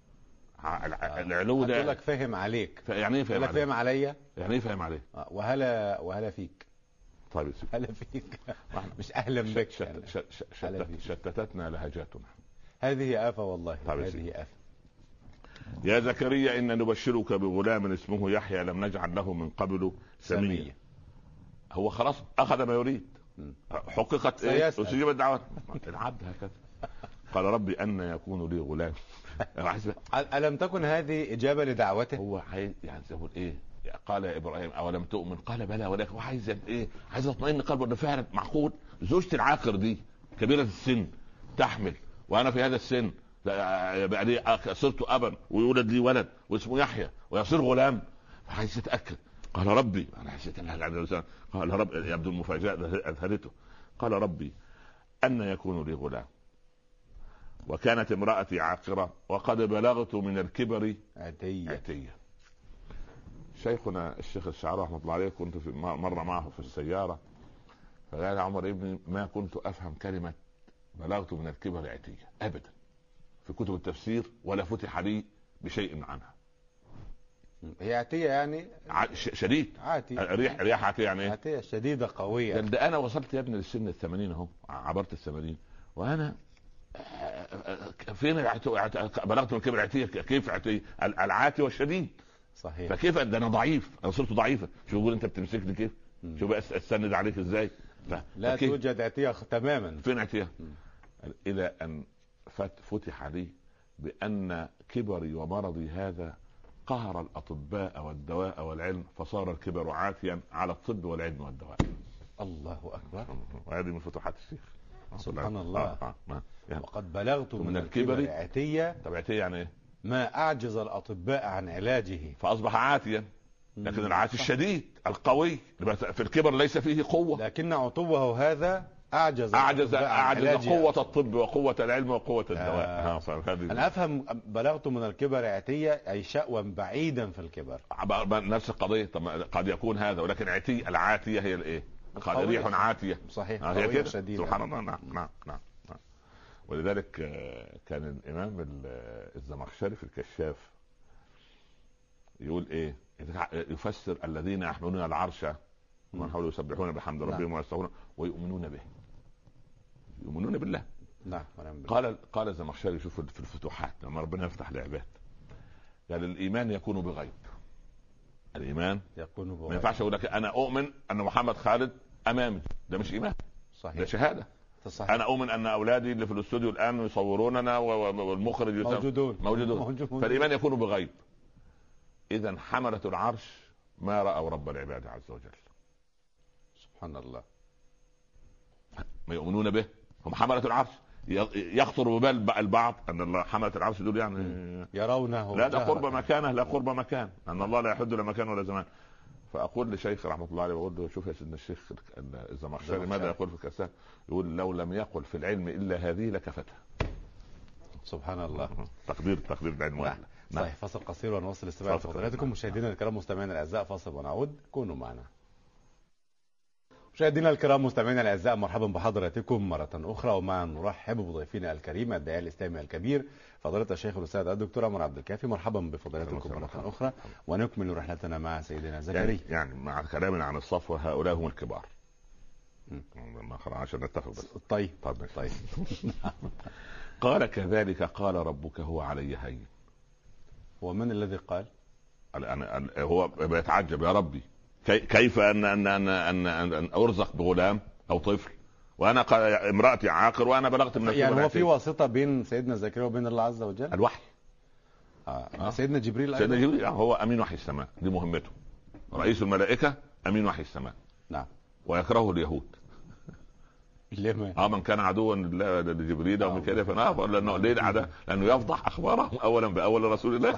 العلو ده يقول لك فاهم عليك. يعني ايه فاهم عليك؟ فاهم عليا. يعني ايه فاهم عليك؟ وهلا فيك. طيب هلا فيك. مش اهلا بك. شتتتنا لهجاتنا. هذه آفة والله. هذه آفة. يا زكريا إن نبشرك بغلام اسمه يحيى لم نجعل له من قبل سميا. هو خلاص أخذ ما يريد. حققت أستجيبت دعوات العبد هكذا. قال ربي أن يكون لي غلام. ألم تكن هذه إجابة لدعوته؟ هو يعني يقول إيه؟ قال يا إبراهيم أولم تؤمن؟ قال بلى ولكن هو عايز إيه؟ عايز اطمئن قلبه إنه فعلا معقول زوجتي العاقر دي كبيرة السن تحمل وأنا في هذا السن بعدين صرت أبا ويولد لي ولد واسمه يحيى ويصير غلام. عايز يتأكد. قال ربي أنا حسيت أنها قال رب يبدو المفاجأة أذهلته. قال ربي أن يكون لي غلام وكانت امرأتي عاقرة وقد بلغت من الكبر عتية. شيخنا الشيخ الشعراوي رحمة الله عليه كنت في مرة معه في السيارة فقال عمر ابني ما كنت أفهم كلمة بلغت من الكبر عتية أبدا في كتب التفسير ولا فتح لي بشيء عنها. هي عتية يعني شديد. ريح عتية يعني ايه؟ عتية شديدة قوية. ده انا وصلت يا ابني للسن 80 اهو عبرت 80 وانا فين بلغت من الكبر عتية. كيف عتية؟ العاتي والشديد. صحيح. فكيف ده انا ضعيف انا صرت ضعيفة. شو يقول انت بتمسكني كيف؟ شو بقى استند عليك ازاي؟ لا توجد عتية تماما. فين عتية؟ الى ان فتح لي بان كبري ومرضي هذا قهر الأطباء والدواء والعلم فصار الكبر عاتيا على الطب والعلم والدواء. الله أكبر. وهذه من فتوحات الشيخ سبحان الله. وقد بلغت من الكبر عتية. طب عتية يعني ايه؟ ما أعجز الأطباء عن علاجه فأصبح عاتيا. لكن العاتي الشديد القوي في الكبر ليس فيه قوة. لكن عتوه هذا أعجز قوة الطب وقوة العلم وقوة الدواء. أنا أفهم بلغت من الكبر عتية أي شأوا بعيدا في الكبر. نفس القضية. قد يكون هذا ولكن العاتية هي الايه؟ قال ريح عاتية. صحيح. هي كده سبحان الله. نعم. ولذلك كان الإمام الزمخشري في الكشاف يقول ايه؟ يفسر الذين يحملون العرش ومن حوله يسبحون بحمد ربهم ويستغفرون ويؤمنون به. يؤمنون بالله. نعم. قال الزمخشري شوف في الفتوحات لما ربنا يفتح العباد قال الإيمان يكون بغيب. الإيمان يكون بغيب. ما ينفعش أقول لك أنا أؤمن أن محمد خالد أمامي. ده مش إيمان. صحيح. ده شهادة. صحيح. أنا أؤمن أن أولادي اللي في الاستوديو الآن يصوروننا والمخرج موجودون. فالإيمان يكون بغيب. إذا حملة العرش ما رأوا رب العباد عز وجل. سبحان الله. ما يؤمنون به، هم حملة العرش. يخطر ببال البعض ان الله حملة العرش دول يعني يرونه لا ده قرب مكانه، لا قرب مكان، ان الله لا يحد لا مكان ولا زمان. فاقول لشيخ رحمه الله عليه، بقول له شوف يا سيدنا الشيخ الزمخشري ماذا يقول في الكساء، يقول لو لم يقل في العلم الا هذه لكفتها. سبحان الله. تقدير العلم. نعم. صحيح. فاصل قصير ونواصل الاستماع لفضيلتكم. مشاهدينا الكرام مستمعينا الاعزاء، فاصل ونعود، كونوا معنا. مشاهدينا الكرام مستمعينا الاعزاء، مرحبا بحضراتكم مره اخرى، ومع نرحب بضيفنا الكريم الداعيه الاسلامي الكبير فضيله الشيخ الاستاذ الدكتور عمر عبد الكافي. مرحبا بفضيلتكم مره اخرى، ونكمل رحلتنا مع سيدنا زكريا. يعني مع كلامنا عن الصفوه، هؤلاء هم الكبار. عشان نتفق بس. طيب. قال كذلك قال ربك هو علي هين. ومن الذي قال؟ هو بيتعجب، يا ربي كيف ان ارزق بغلام او طفل وانا امرأتي عاقر وانا بلغت من يعني هو في واسطة بين سيدنا زكريا وبين الله عز وجل؟ الوحي. سيدنا جبريل. سيدنا جبريل هو امين وحي السماء، دي مهمته. رئيس الملائكة امين وحي السماء. نعم. ويكرهه اليهود. ليه؟ من كان عدوا لجبريل او ميكائيل فنافر، لانه ليه العداء؟ لانه يفضح اخبارهم اولا باول رسول الله.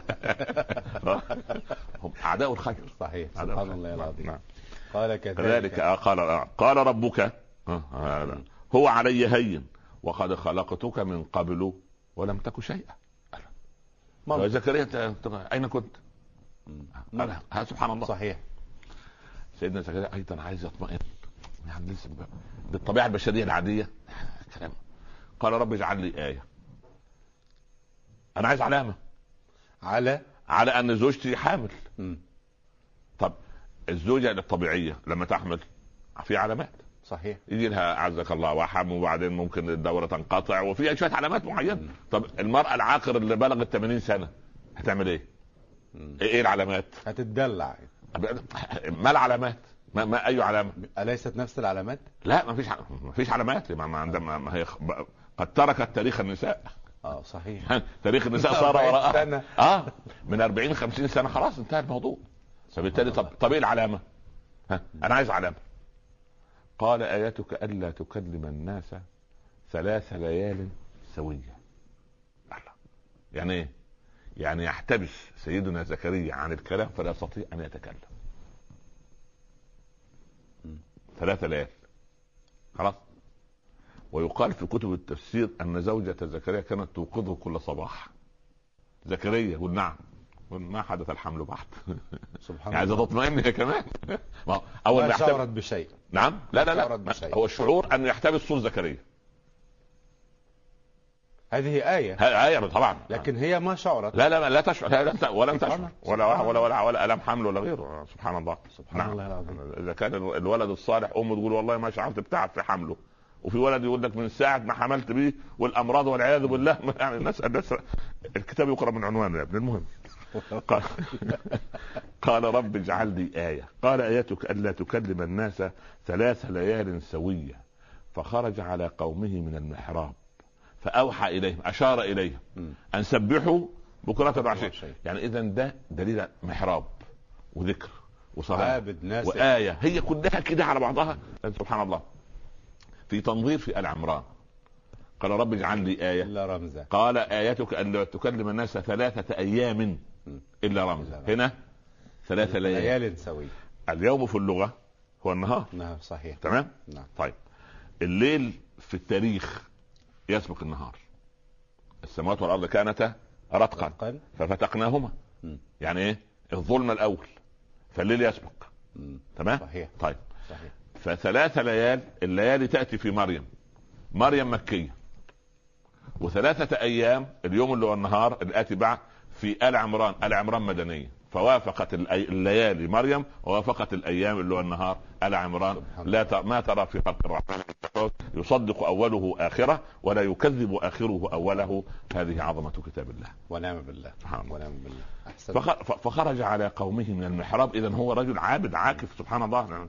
هم اعداء الخير. صحيح. سبحان الله العظيم. نعم. قال كذلك قال ربك هو علي هين وقد خلقتك من قبل ولم تك شيئا. يا زكريا اين كنت؟ سبحان الله. صحيح. سيدنا زكريا ايضا عايز يطمئن، يعني لسه بالطبيعه البشريه العاديه كلام. قال رب اجعل لي آية. انا عايز علامه على ان زوجتي حامل. طب الزوجه الطبيعيه لما تحمل في علامات. صحيح. يجي لها اعزك الله وحم، وبعدين ممكن الدوره تنقطع، وفي شويه علامات معينه. طب المراه العاقر اللي بلغت 80 سنه هتعمل ايه؟ ايه العلامات؟ هتتدلع. ما العلامات؟ ما اي علامه؟ اليست نفس العلامات؟ لا ما فيش علامات. ما هي قد تركت تاريخ النساء. صحيح. تاريخ النساء صار وراءها من 40-50 سنه، خلاص انتهى الموضوع. فبالتالي طب ايه العلامه؟ انا عايز علامه. قال آياتك ألا تكلم الناس 3 ليال سوية. يعني ايه؟ يعني يحتبس سيدنا زكريا عن الكلام فلا يستطيع ان يتكلم 3 ليال. خلاص. ويقال في كتب التفسير ان زوجة زكريا كانت توقظه كل صباح. زكريا يقول نعم، ما حدث الحمل بعد. سبحان يعني الله. تطمئن هي كمان. اول ما شعرت بشيء. نعم. لا هو الشعور ان يحتبس صوت زكريا. هذه آية. آية طبعا. لكن هي ما شعرت. لا تشعر، ولم تشعر ولا ألم حمل ولا غيره. سبحان الله. سبحان الله العظيم. إذا كان الولد الصالح أمه تقول والله ما شعرت بتعب في حمله، وفي ولد يقول لك من ساعة ما حملت به والأمراض والعياذ بالله. يعني نسأل الكتاب يقرأ من عنوانه يا ابن. المهم قال رب اجعل لي آية. قال آيتك ألا تكلم الناس 3 ليال سوية. فخرج على قومه من المحراب فأوحى إليهم، أشار إليهم أن سبحوا بكرة وعشية. يعني إذا ده دليل محراب وذكر وصلاة وآية، هي كلها كده على بعضها. سبحان الله. في تنظير في آل عمران قال رب اجعل لي آية إلا رمزا. قال آيتك أن تكلم الناس 3 أيام إلا رمزا. هنا 3 ليال سوية. اليوم في اللغة هو النهار. نعم صحيح. تمام. نعم. طيب الليل في التاريخ يسبق النهار. السماوات والارض كانتا رتقا ففتقناهما. يعني ايه؟ الظلم الاول فالليل يسبق. تمام. صحيح. طيب صحيح. ف3 ليال، الليالي تاتي في مريم مكيه، و3 ايام اليوم اللي هو النهار الاتي بعد في آل عمران مدنيه. فوافقت الليالي مريم ووافقت الايام اللي هو النهار آل عمران. ما ترى في خلق الرحمن يصدق اوله اخره ولا يكذب اخره اوله. هذه عظمه كتاب الله. ونعم بالله. ونعم بالله. فخرج على قومه من المحراب. اذا هو رجل عابد عاكف. سبحان الله.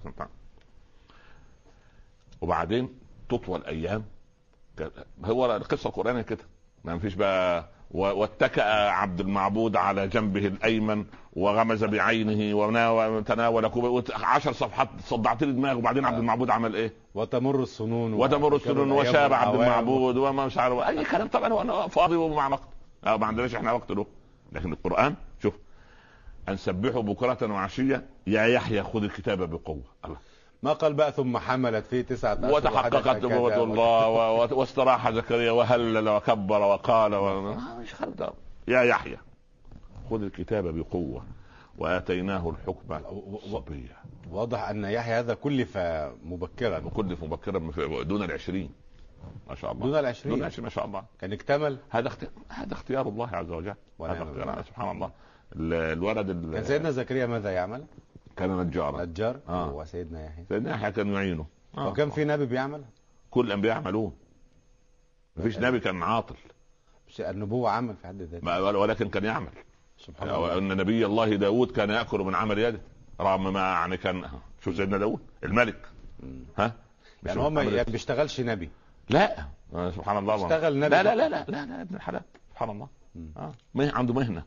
وبعدين تطول الايام. هو القصه القرانيه كده، ما فيش بقى واتكأ عبد المعبود على جنبه الايمن وغمز بعينه وتناول 10 صفحات، صدعت لي دماغه. وبعدين عبد المعبود عمل ايه؟ وتمر السنون وشاب عبد المعبود وما مش عارف اي كلام. طبعا هو فاضي ومع وقت، ما عندناش احنا وقت له. لكن القرآن شوف، ان سبحوا بكرة وعشية يا يحيى خذ الكتاب بقوة. الله ما قال بقى ثم حملت فيه 9 أشهر وتحققت نبوة الله واستراح زكريا وهلل وكبر وقال مش خلد. يا يحيى خذ الكتاب بقوة وآتيناه الحكم صبيا. واضح أن يحيى هذا كلف مبكرا، دون 20 ما شاء الله. دون 20 ما شاء الله. كان اكتمل. هذا اختيار الله عز وجل. سبحان الله. الولد كان سيدنا زكريا ماذا يعمل؟ كان نجار. وسيدنا يحيى كان يعينه. وكم في نبي بيعمل؟ كل الانبياء يعملون، مفيش نبي كان عاطل. النبوة عمل في حد ذاته، ولكن كان يعمل. سبحان الله. ان نبي الله داود كان يأكل من عمل يده، رغم ما يعني كان شو سيدنا داود الملك. يعني هو ما بيشتغلش نبي؟ لا سبحان الله. اشتغل نبي. لا ابن الحلال سبحان الله. عنده مهنة.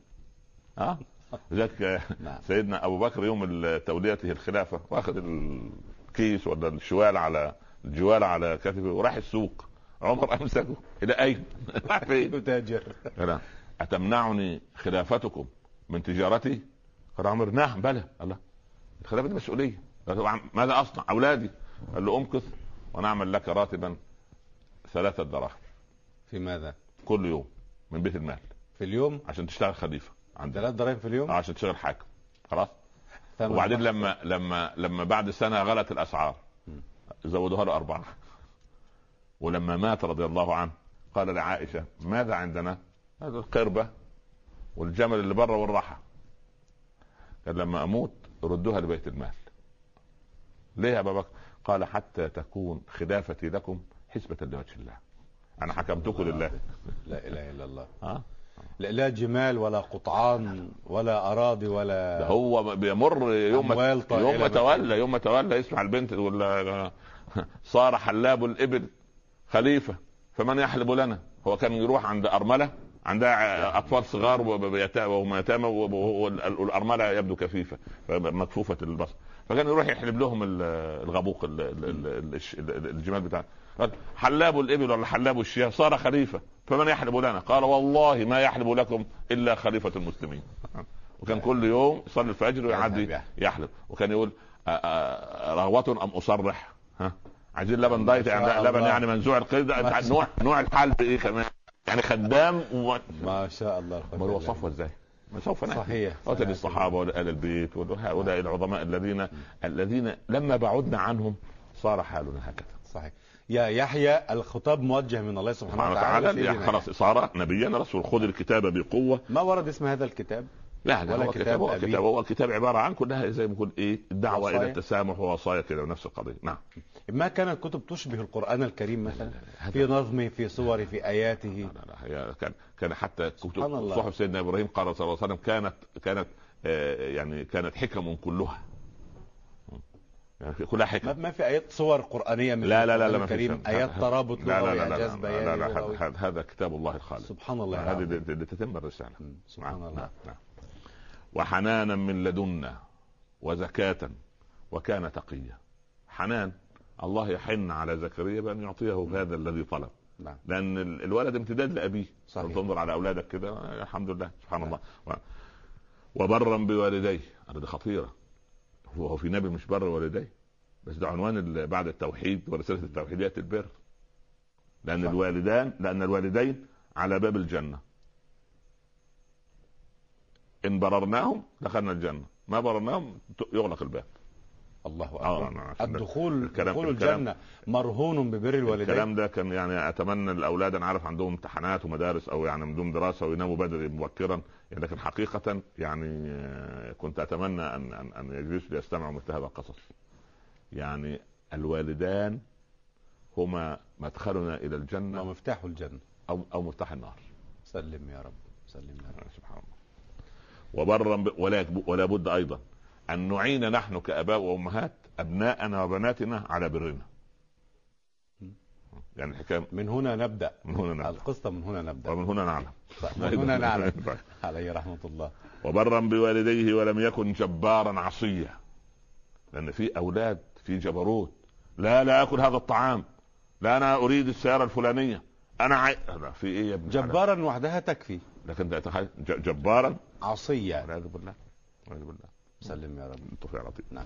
ذاك سيدنا ابو بكر يوم توليته الخلافة واخذ الكيس ولا الجوال على كتفه وراح السوق. عمر امسكه الى اين؟ راح فين؟ تاجر. اتمنعني خلافتكم من تجارتي؟ قال عمر نعم بلى. الله الخلافة دي مسؤولية. ماذا اصنع؟ اولادي. قال له امكث ونعمل لك راتبا 3 دراهم. في ماذا؟ كل يوم من بيت المال. في اليوم؟ عشان تشتغل خليفة. 3 دراهم في اليوم؟ عشان تشتغل حاكم. خلاص. وبعدين لما بعد سنة غلت الاسعار زودوها له 4. ولما مات رضي الله عنه قال لعائشة ماذا عندنا؟ هذا القربة والجمل اللي بره والراحة. قال لما اموت ردوها لبيت المال. ليه يا ابا بكر؟ قال حتى تكون خلافتي لكم حسبة لوجه الله. انا حكمتكم لله. لا اله الا الله. لا جمال ولا قطعان ولا اراضي ولا ده هو بيمر يوم ما تولى يسمع البنت ولا صار حلاب الابل خليفة فمن يحلب لنا. هو كان يروح عند ارملة عندها اطفال صغار وهم يتامى والارملة يبدو كفيفة مكفوفة البصر، فكان يروح يحلب لهم الغبوق الجمال بتاعه. حلاب الابل ولا حلاب الشياه صار خليفة فمن يحلب لنا؟ قال والله ما يحلب لكم الا خليفة المسلمين. وكان كل يوم يصلي الفجر ويعدي يحلب. وكان يقول رغوة ام اصرح؟ عايزين لبن دايت يعني لبن يعني منزوع القيد. نوع الحلب ايه كمان يعني خدام ما شاء الله. ما هو صفوة ازاي؟ ما سوف نحكي. صحيح. قتل الصحابة وآل البيت وهؤلاء العظماء الذين لما بعدنا عنهم صار حالنا هكذا. صحيح. يا يحيى الخطاب موجه من الله سبحانه وتعالى. خلاص صار نبيا رسول. خذ الكتاب بقوة. ما ورد اسم هذا الكتاب؟ لا هو الكتاب عبارة عن كلها زي ما يقول ايه الدعوة الى التسامح ووصايا كده ونفس القضية. نعم. ما كانت كتب تشبه القرآن الكريم مثلا في نظمه في صوره في آياته؟ لا كان حتى كتب صحف سيدنا ابراهيم قال صلى الله عليه وسلم كانت حكم كلها. يعني كلها حكم. ما في آيات صور قرآنية من لا الكريم آيات ترابط لغوي إعجاز بياني لغوي. هذا كتاب الله الخالد سبحان الله. هذه لتتم الرسالة. سبحان الله. وحنانا من لدنا وزكاة وكان تقيا. حنان الله يحن على زكريا بأن يعطيه هذا الذي طلب. لأن الولد امتداد لأبيه. تنظر على أولادك كده الحمد لله سبحان الله. وبرا بوالديه. هذه خطيرة. هو في نبي مش بر والديه بس ده عنوان بعد التوحيد ورسالة التوحيد يأتي البر. لأن الوالدين على باب الجنة. إن بررناهم دخلنا الجنة، ما بررناهم يغلق الباب. الله أكبر. الدخول الجنة مرهون ببر الوالدين. الكلام ده كان يعني أتمنى الأولاد أنا عارف عندهم امتحانات ومدارس أو يعني عندهم دراسة ويناموا بدري مبكرا يعني، لكن حقيقة يعني كنت أتمنى أن يجلسوا ليستمعوا مثل هذا القصص. يعني الوالدان هما مدخلنا إلى الجنة ومفتاح الجنة أو مفتاح النار. سلم يا رب. سلم يا رب. سبحان الله. وبرا ولا بد أيضا أن نعين نحن كأباء وأمهات أبناءنا وبناتنا على برنا. يعني الحكايه من هنا نبدأ. من هنا نبدأ. القصة من هنا نبدأ. ومن هنا نعلم. من هنا نعلم. عليه رحمة الله. وبرا بوالديه ولم يكن جبارا عصيا. لان في اولاد في جبروت، لا اكل هذا الطعام، لا انا اريد السياره الفلانيه، انا لا في ايه يا ابن جبارا حلال. وحدها تكفي. لكن تخيل جبارا عصيا. والعياذ بالله. والعياذ بالله. سلم يا رب. التوفيق لطيف. نعم.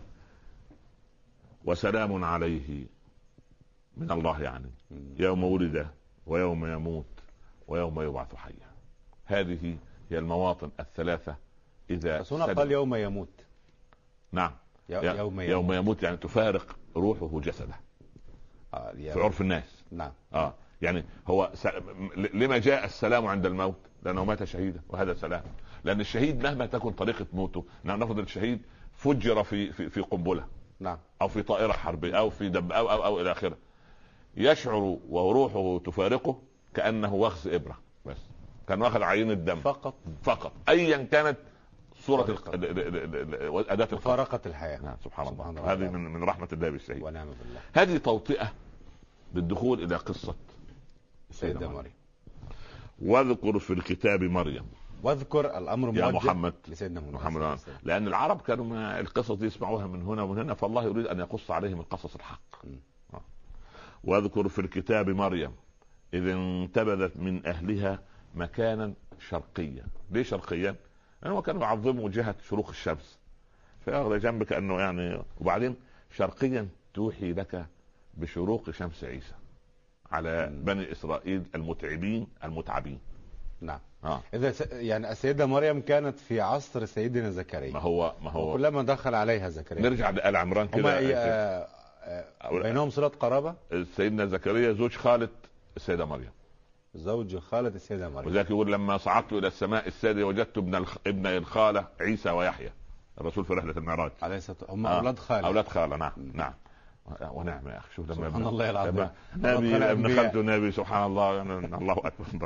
وسلام عليه من الله يعني يوم ولد ويوم يموت ويوم يبعث حيا. هذه هي المواطن الثلاثة. إذا هنا قال يوم يموت. نعم. يوم يموت يعني تفارق روحه جسده. في عرف الناس. نعم. يعني هو لما جاء السلام عند الموت؟ لأنه مات شهيدا، وهذا سلام. لأن الشهيد مهما تكن طريقة موته، نفرض الشهيد فجر في قنبلة، نعم، أو في طائرة حربية أو في دب أو إلى آخره، يشعر وروحه تفارقه كأنه وخز إبرة، بس كان واخد عينة دم فقط أيا كانت صورة أداة مفارقة الحياة. نعم. سبحان الله. هذه من رحمة الله بالشهيد. ونعم بالله. هذه توطئة بالدخول إلى قصة السيدة مريم. واذكر في الكتاب مريم. واذكر الأمر يا محمد لسيدنا محمد. لأن العرب كانوا ما القصص دي يسمعوها من هنا ومن هنا، فالله يريد أن يقص عليهم القصص الحق. واذكر في الكتاب مريم إذ انتبذت من أهلها مكانا شرقيا. ليه شرقيا؟ لأنه كانوا يعظموا جهة شروق الشمس، فأخذ جنبك أنه يعني. وبعدين شرقيا توحي لك بشروق شمس عيسى على بني إسرائيل المتعبين المتعبين. نعم. إذا يعني السيدة مريم كانت في عصر سيدنا زكريا. ما هو كلما دخل عليها زكريا. نرجع لآل عمران كده. بينهم صلة قرابة. سيدنا زكريا زوج خالة السيدة مريم. زوج خالة السيدة مريم. وذلك يقول لما صعدت إلى السماء السادسة وجدت ابن الخالة عيسى ويحيى، الرسول في رحلة المعراج عليه الصلاة والسلام. هم أولاد خالة. أولاد خالة. نعم. نعم. ونعم يا أخي. شوف لما سبحان الله العظيم. نبي ابن خالته نبي. سبحان الله. يعني الله أكبر.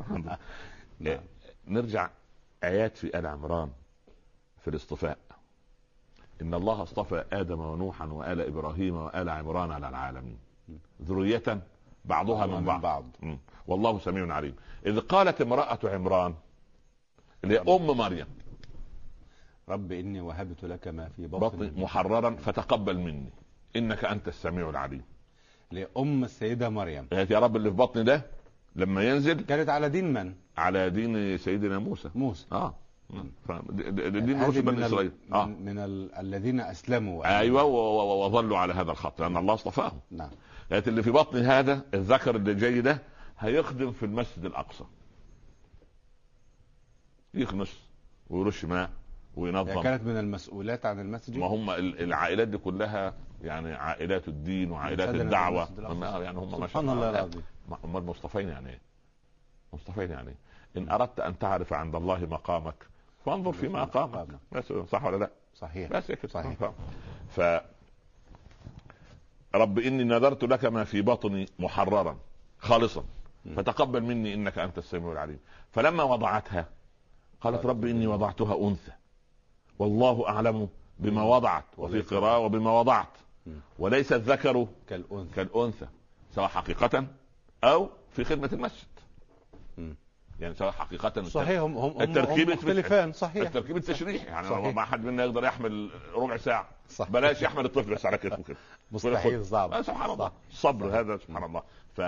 نرجع آيات في آل عمران في الاصطفاء. إن الله اصطفى آدم ونوحا وآل إبراهيم وآل عمران على العالمين ذرية بعضها من بعض. والله سميع عليم. إذ قالت امرأة عمران اللي أم مريم رب إني وهبت لك ما في بطني محررا فتقبل مني إنك أنت السميع العليم. لأم السيدة مريم يا رب اللي في بطني ده لما ينزل كانت على دين من؟ على دين سيدنا موسى. دين موسى بني إسرائيل. من الذين أسلموا. أيوة. وظلوا على هذا الخط لأن الله اصطفاهم. نعم. اللي في بطن هذا الذكر اللي جاي ده هيخدم في المسجد الأقصى، يخنس ويرش ماء وينظم. كانت من المسؤولات عن المسجد. ما هم العائلات دي كلها يعني عائلات الدين وعائلات الدعوة. يعني هم ما شاء الله. هم المصطفين يعني. مصطفين يعني إن أردت أن تعرف عند الله مقامك فانظر فيما أقامك. بس صح ولا لا؟ صحيح. بس صحيح. رب إني نذرت لك ما في بطني محررا خالصا فتقبل مني إنك أنت السميع العليم. فلما وضعتها قالت رب إني وضعتها أنثى والله أعلم بما وضعت، وفي قراءة وبما وضعت، وليس الذكر كالأنثى سواء حقيقة أو في خدمة المسجد. يعني سواء حقيقة صحيح. هم مختلفان. صحيح. التركيب التشريحي يعني ما حد منا يقدر يحمل ربع ساعة. صح. بلاش يحمل الطفل بس على كتفه كده. مستحيل. صعب. سبحان الله. الصبر هذا سبحان الله.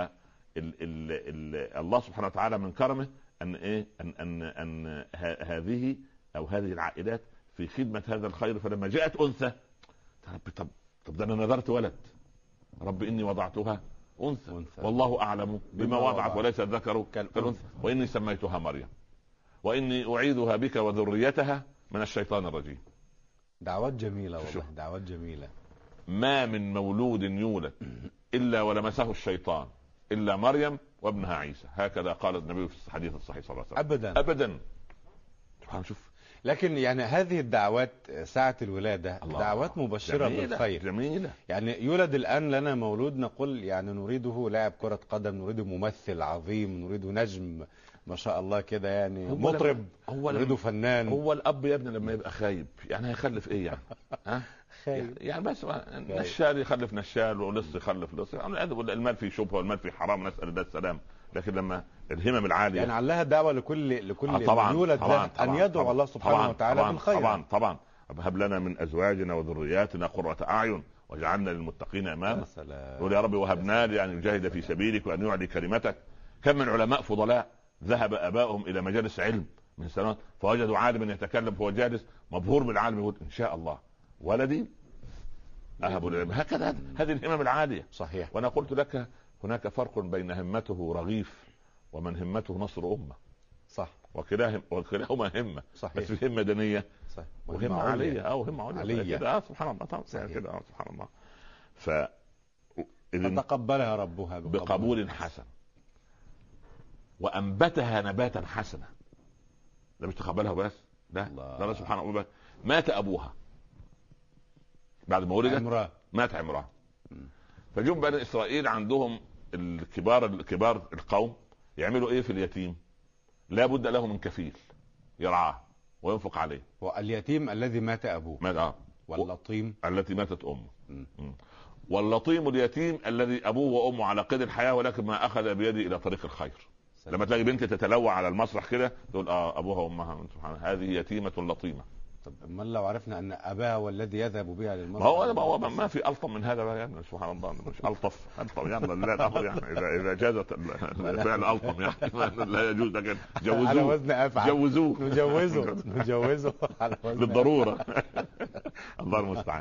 الله سبحانه وتعالى من كرمه أن إيه أن هذه أو هذه العائلات في خدمة هذا الخير. فلما جاءت أنثى طب ده أنا نذرت ولد، رب إني وضعتها أنثى والله أعلم بما وضعت وليس الذكر كالأنثى وإني سميتها مريم وإني أعيذها بك وذريتها من الشيطان الرجيم. دعوات جميلة والله. دعوات جميلة. ما من مولود يولد إلا ولمسه الشيطان إلا مريم وابنها عيسى. هكذا قال النبي في الحديث الصحيح صلى الله عليه وسلم. أبدا. سبحان. شوف لكن يعني هذه الدعوات ساعة الولادة دعوات مبشرة جميلة بالخير. جميلة. يعني يولد الآن لنا مولود نقول يعني نريده لاعب كرة قدم، نريده ممثل عظيم، نريده نجم ما شاء الله كده، يعني مطرب، نريده فنان. هو الأب يا ابني لما يبقى خايب يعني هيخلف إيه يعني؟ ها؟ خايب. يعني بس نشال يخلف نشال، ولص يخلف لص. المال فيه شبهه والمال فيه حرام، نسأل الله السلام. لكن لما الهمم العالية يعني علها دعوة لكل طبعا من يولد طبعا له أن يدعو الله سبحانه وتعالى بالخير. طبعا هب لنا من أزواجنا وذرياتنا قرة أعين واجعلنا للمتقين إماما. يقول يا رب وهبنا لي أن يجاهد في سبيلك وأن يعلي كلمتك. كم من علماء فضلاء ذهب آباؤهم إلى مجالس علم من سنوات فوجدوا عالما يتكلم وهو جالس مبهور بالعالم يقول إن شاء الله ولدي أهب العلم. هكذا هذه الهمم العالية. صحيح. وأنا قلت لك هناك فرق بين همته رغيف ومن همته نصر أمة. صح. وكلاهما همة. صحيح. بس همة دينية. صح. وهمة عالية أو همة علية كده. سبحان الله. كده سبحان الله. فتقبلها ربها بقبول حسن وأنبتها نباتا حسنا. ده مش تقبلها بس، لا سبحان الله. مات أبوها بعد ما ولدت، مات عمران. فجم بني إسرائيل عندهم الكبار القوم يعملوا إيه في اليتيم؟ لا بد له من كفيل يرعاه وينفق عليه. واليتيم الذي مات أبوه مات واللطيم التي ماتت أمه. واللطيم اليتيم الذي أبوه وأمه على قيد الحياة ولكن ما أخذ بيدي إلى طريق الخير. لما تلاقي بنت تتلوى على المسرح كده تقول أبوها وأمها سبحان الله هذه يتيمة لطيمة. طب ما لو عرفنا ان اباها والذي يذهب بها للمرأة هو ما في الطف من هذا يعني. سبحان الله مش الطف يعني لا تاخذ يعني اذا جازت الفعل الطم يعني لا يجوز. لكن جوزوه على وزن افعل، نجوزه على وزن للضروره. الله المستعان.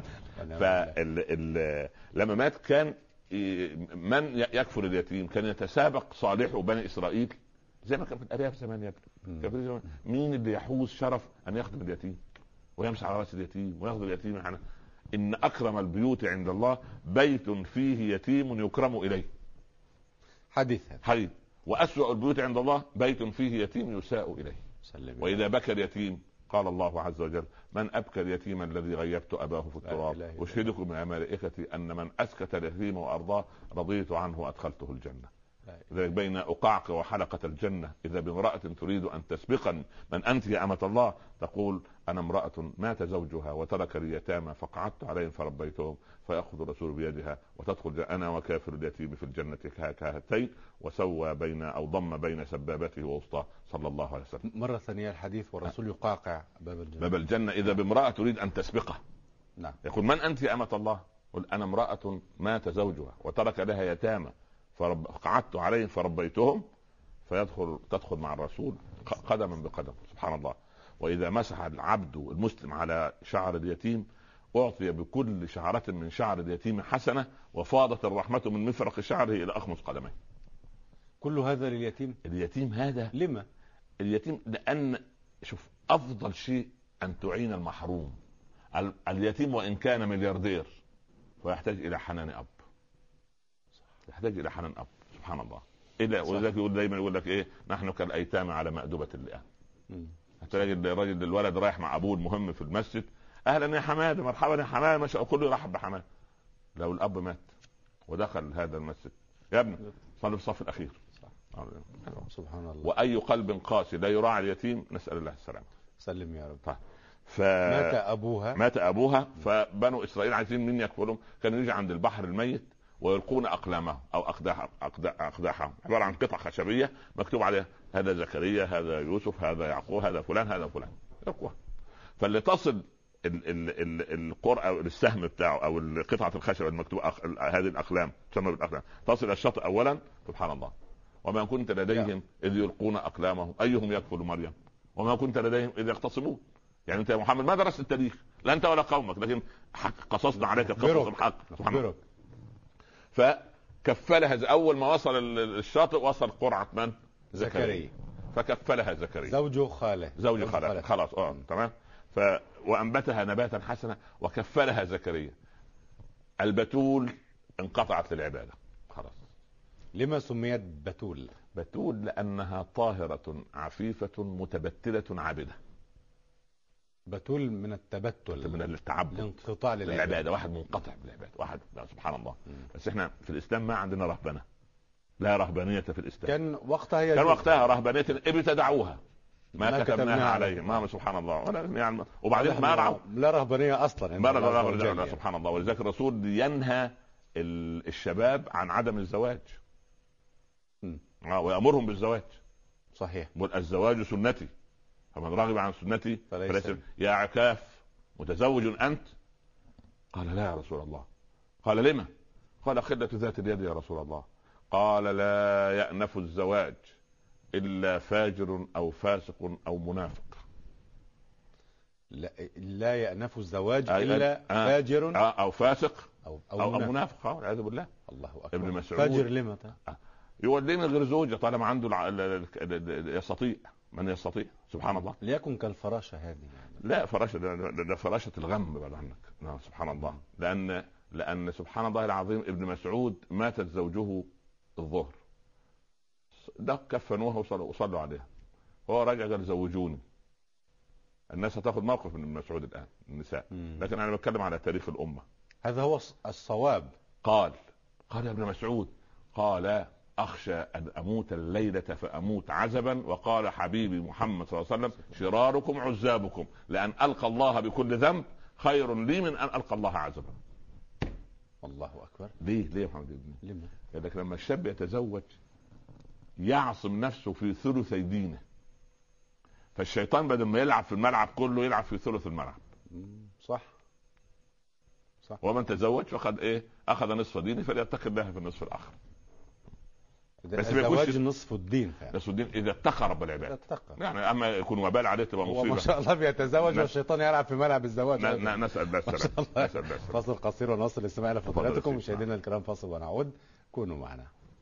لما مات كان من يكفل اليتيم كان يتسابق صالح بني اسرائيل زي ما كان في الارياف زمان يا ابني. مين اللي يحوز شرف ان يخدم اليتيم ويمسح على راس اليتيم وياخذ اليتيم يعني. ان اكرم البيوت عند الله بيت فيه يتيم يكرم اليه. حديث. واسوأ البيوت عند الله بيت فيه يتيم يساء اليه. واذا بكى اليتيم قال الله عز وجل من ابكى اليتيم الذي غيبت اباه في التراب اشهدكم يا ملائكتي ان من اسكت اليتيم وارضاه رضيت عنه وادخلته الجنه. بين أقعق وحلقة الجنة إذا بامرأة تريد أن تسبقني من أنت يا أمة الله تقول أنا امرأة مات زوجها وترك اليتامى فقعدت عليهم فربيتهم فيأخذ الرسول بيدها وتدخل أنا وكافر اليتيم في الجنة كهاتين وسوى بين أو ضم بين سبابته ووسطاه صلى الله عليه وسلم. مرة ثانية الحديث والرسول يقاقع باب الجنة إذا بامرأة تريد أن تسبقه. نعم. يقول من أنت يا أمة الله؟ قل أنا امرأة مات زوجها وترك لها يتامى فقعدت عليهم فربيتهم تدخل مع الرسول قدما بقدم. سبحان الله. واذا مسح العبد المسلم على شعر اليتيم اعطي بكل شعرة من شعر اليتيم حسنة وفاضت الرحمة من مفرق شعره الى اخمص قدميه. كل هذا لليتيم. اليتيم هذا لما اليتيم؟ لان شوف افضل شيء ان تعين المحروم. اليتيم وان كان ملياردير ويحتاج الى حنان اب، يحتاج الى حنان اب. سبحان الله. الا ولذلك يقول دايما يقول لك ايه نحن كالايتام على مأدبة اللئام. هتلاقي الراجل الولد رايح مع ابوه المهم في المسجد اهلا يا حماده مرحبا يا حماده ما شاء الله كله يرحب بحماده. لو الاب مات ودخل هذا المسجد يا ابني صلي في الصف الاخير. سبحان الله. واي قلب قاسي لا يراعي اليتيم نسال الله السلامه. سلم يا رب. مات ابوها فبنو اسرائيل عايزين مين يكفلهم؟ كانوا يجي عند البحر الميت ويلقون اقلامهم او اقداحهم عباره عن قطع خشبيه مكتوب عليها هذا زكريا هذا يوسف هذا يعقوب هذا فلان هذا فلان يلقوها. فاللي تصل القرء او السهم بتاعه او قطعه الخشب المكتوب هذه الاقلام تسمى بالاقلام تصل الشاطئ اولا. سبحان الله. وما كنت لديهم اذ يلقون اقلامهم ايهم يكفل مريم وما كنت لديهم اذ يختصمون. يعني انت يا محمد ما درست التاريخ لا انت ولا قومك لكن قصصنا عليك قصص الحق. سبحان الله. فكفلها اول ما وصل الشاطئ وصل قرعة من؟ زكريا. فكفلها زكريا زوج خاله خلاص تمام. وانبتها نباتا حسنا وكفلها زكريا. البتول انقطعت للعبادة خلاص. لما سميت بتول؟ بتول لانها طاهرة عفيفة متبتلة عابدة. بتول من التبتل، من التعبد، الانقطاع للعباده، واحد منقطع بالعباده، واحد سبحان الله. بس احنا في الاسلام ما عندنا رهبنه، لا رهبانيه في الاسلام. كان وقتها رهبانيه ابتدعوها ما كتبناها عليهم، ما سبحان الله. ولا يعني وبعدين ما رعوا، لا رهبانيه اصلا، ما رهبانيه سبحان الله. ولذلك الرسول ينهى الشباب عن عدم الزواج ويأمرهم بالزواج. صحيح. الزواج سنتي، فمن رغب عن سنتي فليس. يا عكاف متزوج أنت؟ قال لا يا رسول الله. قال لما؟ قال خلة ذات اليد يا رسول الله. قال لا يأنف الزواج إلا فاجر أو فاسق أو منافق. لا يأنف الزواج إلا فاجر أو فاسق أو منافق. والعياذ بالله. الله أكبر. ابن مسعود فاجر لما يوديني غير زوجة طالما عنده يستطيع، من يستطيع سبحان الله. ليكن كالفراشة هذه يعني. لا فراشة، ده فراشة الغم بعد عنك. سبحان الله. لأن سبحان الله العظيم ابن مسعود ماتت زوجه الظهر، ده كفنوها وصلوا عليها، هو راجع قال زوجوني. الناس هتاخد موقف من ابن مسعود الآن النساء، لكن أنا بتكلم على تاريخ الأمة. هذا هو الصواب. قال ابن مسعود قال أخشى أن أموت الليلة فأموت عزبا، وقال حبيبي محمد صلى الله عليه وسلم شراركم عزابكم، لأن ألقى الله بكل ذنب خير لي من أن ألقى الله عزبا. الله أكبر. ليه يا محمد؟ لما؟ لأنك لما الشاب يتزوج يعصم نفسه في ثلثي دينه، فالشيطان بدل ما يلعب في الملعب كله يلعب في ثلث الملعب. صح. ومن تزوج فقد أخذ نصف دينه فليتقي الله في النصف الآخر. بس الزواج نصف الدين فعلا. نصف الدين اذا اتقى رب العباد. يعني اما يكون وبال عليه تبقى مصيبه. ما شاء الله بيتزوج والشيطان يلعب في ملعب الزواج. نسال الله السلامه. فاصل قصير ونصل الاستماع لفضلاتكم. مشاهدينا الكرام فاصل ونعود، كونوا معنا.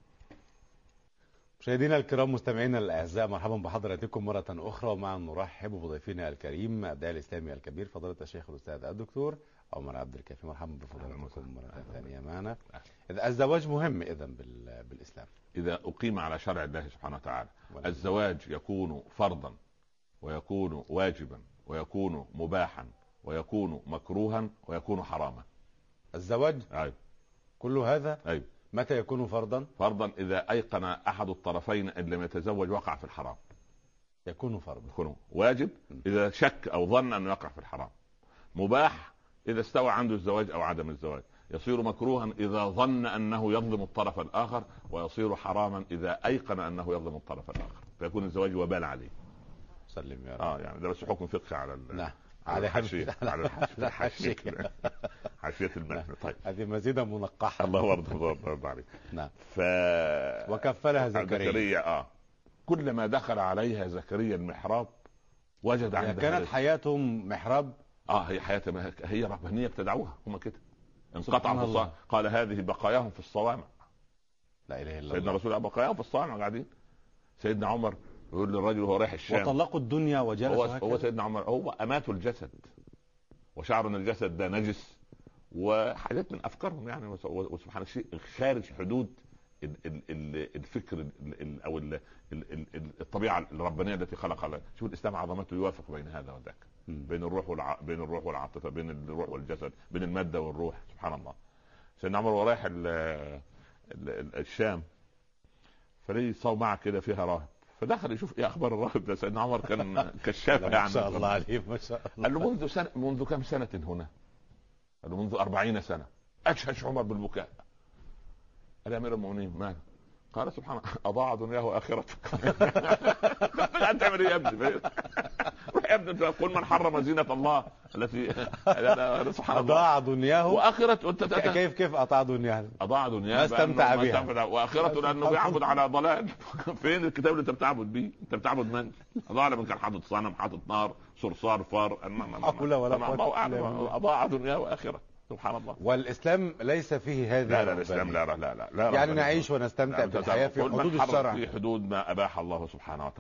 مشاهدينا الكرام مستمعينا الاعزاء، مرحبا بحضراتكم مره اخرى، ومعا نرحب بضيفنا الكريم الداعي الاسلامي الكبير فضيله الشيخ الاستاذ الدكتور عمر عبد الكافي. مرحبا بفضلاتكم مره ثانيه معنا. الزواج مهم اذا بالاسلام إذا أقيم على شرع الله سبحانه وتعالى. الزواج يكون فرضا ويكون واجبا ويكون مباحا ويكون مكروها ويكون حراما. الزواج كل هذا متى يكون فرضا؟ فرضا إذا أيقن أحد الطرفين أن لم يتزوج وقع في الحرام يكون فرضا. يكون واجب إذا شك أو ظن أنه يقع في الحرام. مباح إذا استوى عنده الزواج أو عدم الزواج. يصير مكروها إذا ظن أنه يظلم الطرف الآخر، ويصير حراما إذا أيقن أنه يظلم الطرف الآخر، فيكون الزواج وبال عليه. سلم يا رب. يعني ده بس حكم فقهي على على الحاشية حاشية المتن. طيب هذه مزيدا منقحة. الله يرضى عليك. نعم. وكفلها زكريا. كلما دخل عليها زكريا المحراب وجد عندها. كانت حياتهم محراب. هي حياتهم، هي رهبانية ابتدعوها هم كده. انقطع في الصوامع. قال هذه بقاياهم في الصوامع. لا اله الا الله. سيدنا رسول الله بقاياهم في الصوامع قاعدين. سيدنا عمر يقول للرجل وهو رايح الشام وطلقوا الدنيا وجلسوا هو سيدنا عمر هو اماتوا الجسد، وشعر ان الجسد ده نجس وحاجات من افكارهم يعني. وسبحان الشيء خارج حدود الفكر او الطبيعه الربانيه التي خلق الله. شوف الاسلام عظمته يوافق بين هذا وذاك، بين الروح والعاطفه، بين الروح والجسد، بين الماده والروح. سبحان الله. سيدنا عمر ورايح الشام فليه صومعه كده فيها راهب، فدخل يشوف ايه اخبار الراهب ده. سيدنا عمر كان كشاف يعني. ما شاء الله عليه ما شاء الله. قال له منذ كم سنه هنا؟ قال له منذ 40 سنه. اشهش عمر بالبكاء. قال يا امير المؤمنين ماذا؟ قال سبحان الله اضاع دنياه واخرته. انت تعمل ايه يا ابني؟ روح يا ابني قل من حرم زينة الله التي سبحان الله اضاع دنياه واخرته. كيف اضاع دنياه؟ اضاع دنياه ما استمتع بها، واخرته لانه بيعبد على ضلال. فين الكتاب اللي انت بتعبد بيه؟ انت بتعبد من؟ اضاع من كان حاطط صنم، حاطط نار، صرصار، فار. اضاع دنياه واخرته. سبحان الله. والاسلام ليس فيه هذا. لا الاسلام لا يعني نعيش ونستمتع بالحياه في حدود الشرع، في حدود ما اباح الله سبحانه وتعالى.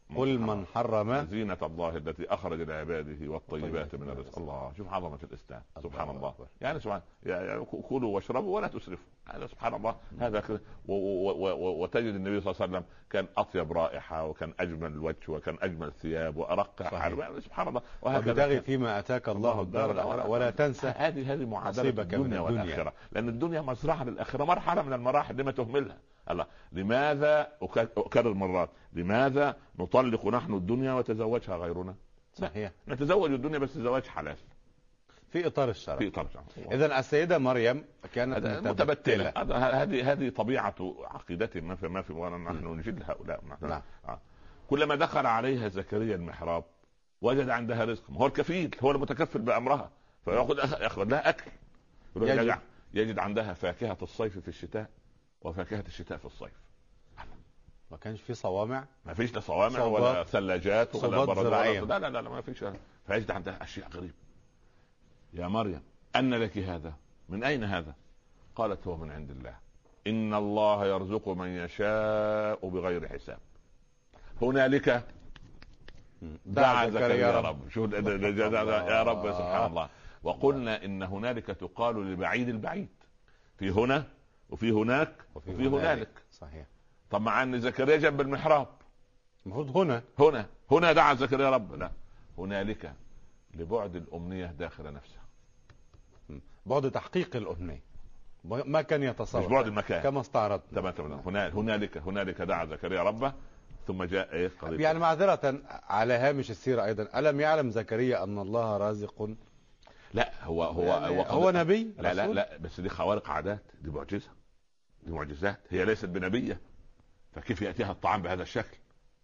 قل من حرم زينة الله التي أخرج لعباده والطيبات من الرزق. الله، شوف عظمة الإسلام، سبحان الله. يعني سبحان، يعني كلوا واشربوا ولا تسرفوا. هذا سبحان الله. هذا وتجد النبي صلى الله عليه وسلم كان أطيب رائحة، وكان أجمل الوجه، وكان أجمل ثياب، وأرق حال. سبحان الله. وابتغي فيما آتاك الله الدار الآخرة ولا تنسى هذه معادلة الدنيا والآخرة، لأن الدنيا مزرعة للآخرة، مرحلة من المراحل، لما تهملها؟ الله، لماذا أكرر مرات، لماذا نطلق نحن الدنيا وتزوجها غيرنا؟ صحيح. نتزوج الدنيا بس زواج حلال في اطار الشرع. في اطار الشرع. اذا السيده مريم كانت متبتله. هذه طبيعه عقيدتهم، ما في نحن نجد هؤلاء. نعم. كلما دخل عليها زكريا المحراب وجد عندها رزق. هو الكفيل، هو المتكفل بامرها، فياخذ لها اكل. يجد عندها فاكهه الصيف في الشتاء وفاكهه الشتاء في الصيف. ما كانش في صوامع، ما فيش لا صوامع ولا ثلاجات ولا براد، لا ما فيش. فيجد عندها اشياء غريبه. يا مريم أن لك هذا؟ من أين هذا؟ قالت هو من عند الله، إن الله يرزق من يشاء بغير حساب. هنالك دعا زكريا يا رب. شو يا رب سبحان الله. وقلنا إن هنالك تقال لبعيد البعيد، في هنا وفي هناك وفي هنالك. صحيح. طب مع أن زكريا جنب المحراب، المفروض هنا دعا زكريا رب. لا، هنالك لبعد الأمنية داخل نفسها، بعد تحقيق الأمنية، ما كان يتصور، مش بعد المكان كما استعرضنا. تمام. هنالك دعا زكريا ربه، ثم جاء ايه؟ يعني معذرة على هامش السيرة ايضا، ألم يعلم زكريا أن الله رازق؟ لا، هو نبي؟ لا بس دي خوارق عادات، دي معجزة، دي معجزات، هي ليست بنبية، فكيف يأتيها الطعام بهذا الشكل؟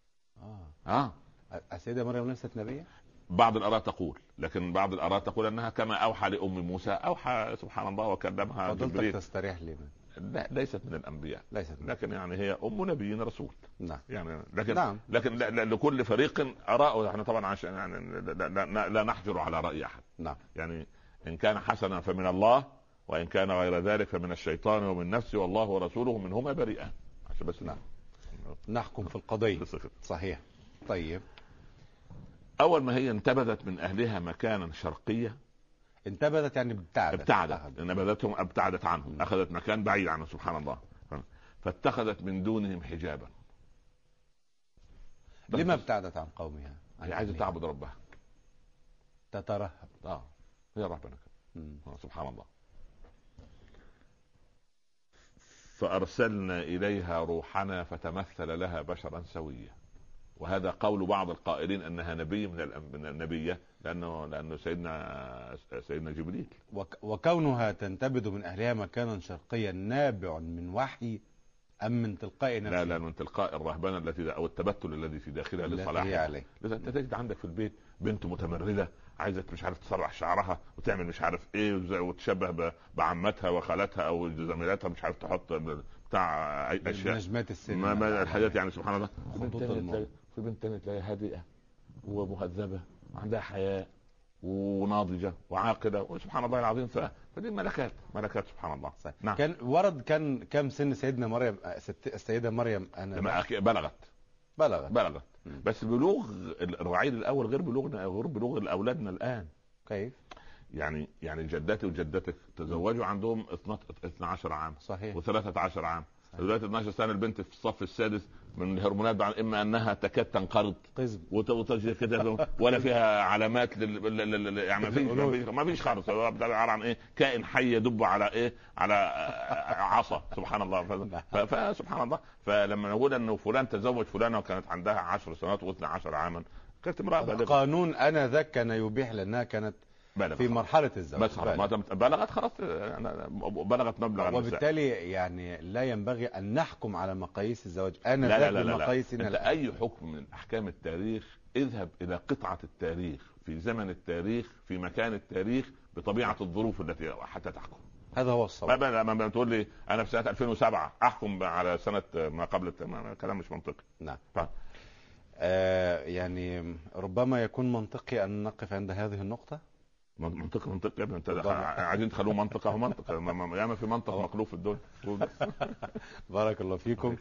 السيدة مريم ليست نبية؟ بعض الآراء تقول، لكن بعض الآراء تقول أنها كما أوحى لأم موسى أوحى سبحان الله وكلمها جبريل. تستريح لمن؟ لا، ليست من الأنبياء، لكن يعني هي أم نبي رسول. نعم. يعني لكن لكل فريق آراء، احنا طبعا عشان يعني لا نحجر على رأي أحد. نعم. يعني إن كان حسنا فمن الله، وإن كان غير ذلك فمن الشيطان ومن نفسي، والله ورسوله منهما بريئان. عشان بس نحكم في القضية. صحيح. طيب، أول ما هي انتبذت من أهلها مكانا شرقيا، انتبذت يعني ابتعدت. نبذتهم، ابتعدت عنهم، أخذت مكان بعيد عنهم سبحان الله. فاتخذت من دونهم حجابا. لما ابتعدت عن قومها؟ هي عايزة تعبد ربها، تترهب. هي ربنا سبحان الله. فأرسلنا إليها روحنا فتمثل لها بشرا سويا. وهذا قول بعض القائلين انها نبي من النبيه، لانه سيدنا جبريل. وكونها تنتبذ من اهلها مكانا شرقيا نابع من وحي ام من تلقاء نفسها؟ لا، من تلقاء الرهبنه التي او التبتل الذي في داخلها لصلاحها. انت تجد عندك في البيت بنت متمرده عايزه مش عارف تسرح شعرها وتعمل مش عارف ايه، وتشبه بعمتها وخالتها او زميلاتها، مش عارف تحط بتاع اشياء نجمات السن، ما الحاجات يعني سبحان الله. في بنت تانية تلاقيها هادئة ومهذبة وعندها حياء وناضجة وعاقلة، وسبحان الله العظيم. فدي ملكات سبحان الله. نعم. كان كم سن سيدنا مريم، السيدة مريم؟ أنا بلغت. بس بلوغ الرعيل الأول غير بلوغ الأولادنا الآن. كيف؟ يعني جداتي وجدتك تزوجوا عندهم 12 عام. صحيح. و13 عام. دلوقتي 12 سنه البنت في الصف السادس من الهرمونات، اما انها تكاد تنقرض وتجي كده ولا فيها علامات يعني ما فيش خالص. عباره عن ايه؟ كائن حي يدب على ايه؟ على عصا سبحان الله. فسبحان الله. فلما نقول انه فلان تزوج فلانه وكانت عندها 10 سنوات و12 عاما، كانت امراه بالغة. قانون انذاك كان يبيح لانها كانت في مرحلة الزواج، بلغت خلاص، بلغت مبلغ، وبالتالي يعني لا ينبغي أن نحكم على مقاييس الزواج. أنا لا لا. أي حكم من أحكام التاريخ اذهب إلى قطعة التاريخ في زمن التاريخ في مكان التاريخ بطبيعة الظروف التي حتى تحكم. هذا هو الصواب. ما تقول لي أنا في سنة 2007 أحكم على سنة ما قبل، كلام مش منطقي. نعم. يعني ربما يكون منطقي أن نقف عند هذه النقطة. منطق يا ابني، انت عايزين تخلوه منطقه، هو منطقه ياما في منطق مقلوب في الدنيا. بارك الله فيكم،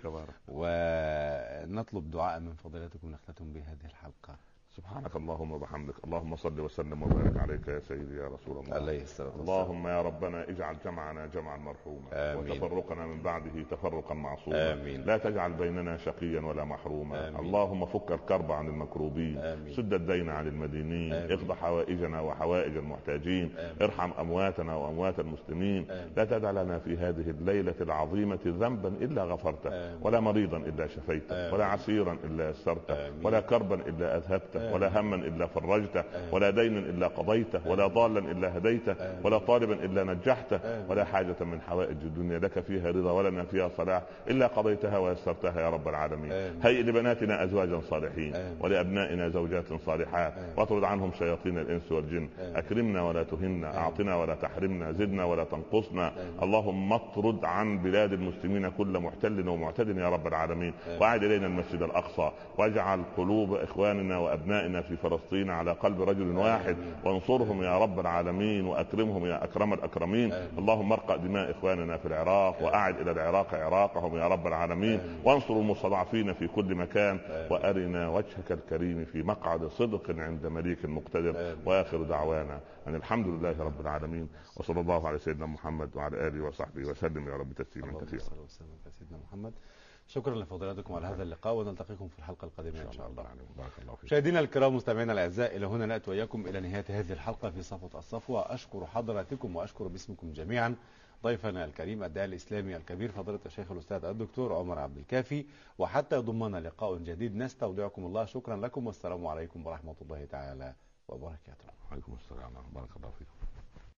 ونطلب دعاء من فضيلتكم نختتم بهذه الحلقة. سبحانك اللهم وبحمدك، اللهم صل وسلم وبارك عليك يا سيدي يا رسول الله عليه الصلاة والسلام. اللهم يا ربنا اجعل جمعنا جمعا مرحوما، وتفرقنا من بعده تفرقا معصوما، لا تجعل بيننا شقيا ولا محروما. اللهم فك الكرب عن المكروبين، سد الدين عن المدينين، اقض حوائجنا وحوائج المحتاجين، ارحم امواتنا واموات المسلمين. لا تدع لنا في هذه الليلة العظيمة ذنبا الا غفرته، ولا مريضا الا شفيته، ولا عسيرا الا يسرته، ولا كربا الا اذهبته، ولا هما الا فرجته، ولا دينا الا قضيته، ولا ضالا الا هديته، ولا طالبا الا نجحته، ولا حاجة من حوائج الدنيا لك فيها رضا ولنا فيها صلاح الا قضيتها ويسرتها يا رب العالمين. هيئ لبناتنا ازواجا صالحين، ولابنائنا زوجات صالحات، واطرد عنهم شياطين الانس والجن. اكرمنا ولا تهنا، اعطنا ولا تحرمنا، زدنا ولا تنقصنا. اللهم اطرد عن بلاد المسلمين كل محتل ومعتد يا رب العالمين، واعد الينا المسجد الاقصى، واجعل قلوب اخواننا وابنائنا في فلسطين على قلب رجل واحد، وانصرهم يا رب العالمين، واكرمهم يا اكرم الاكرمين. اللهم ارقى دماء اخواننا في العراق، واعد الى العراق عراقهم يا رب العالمين، وانصر المستضعفين في كل مكان، وارنا وجهك الكريم في مقعد صدق عند مليك مقتدر. واخر دعوانا ان الحمد لله رب العالمين، وصلى الله على سيدنا محمد وعلى اله وصحبه وسلم يا رب تسليما كثيرا. سيدنا محمد. شكرا لفضيلتكم على هذا اللقاء، ونلتقيكم في الحلقة القادمة إن شاء الله. مشاهدينا الكرام مستمعينا الأعزاء، إلى هنا نأتي وإياكم إلى نهاية هذه الحلقة في صفوة الصفوة. أشكر حضراتكم وأشكر باسمكم جميعا ضيفنا الكريم الداعي الإسلامي الكبير فضيلة الشيخ الأستاذ الدكتور عمر عبد الكافي، وحتى يضمنا لقاء جديد نستودعكم الله. شكرا لكم، والسلام عليكم ورحمة الله تعالى وبركاته. وعليكم السلام ورحمة الله وبركاته.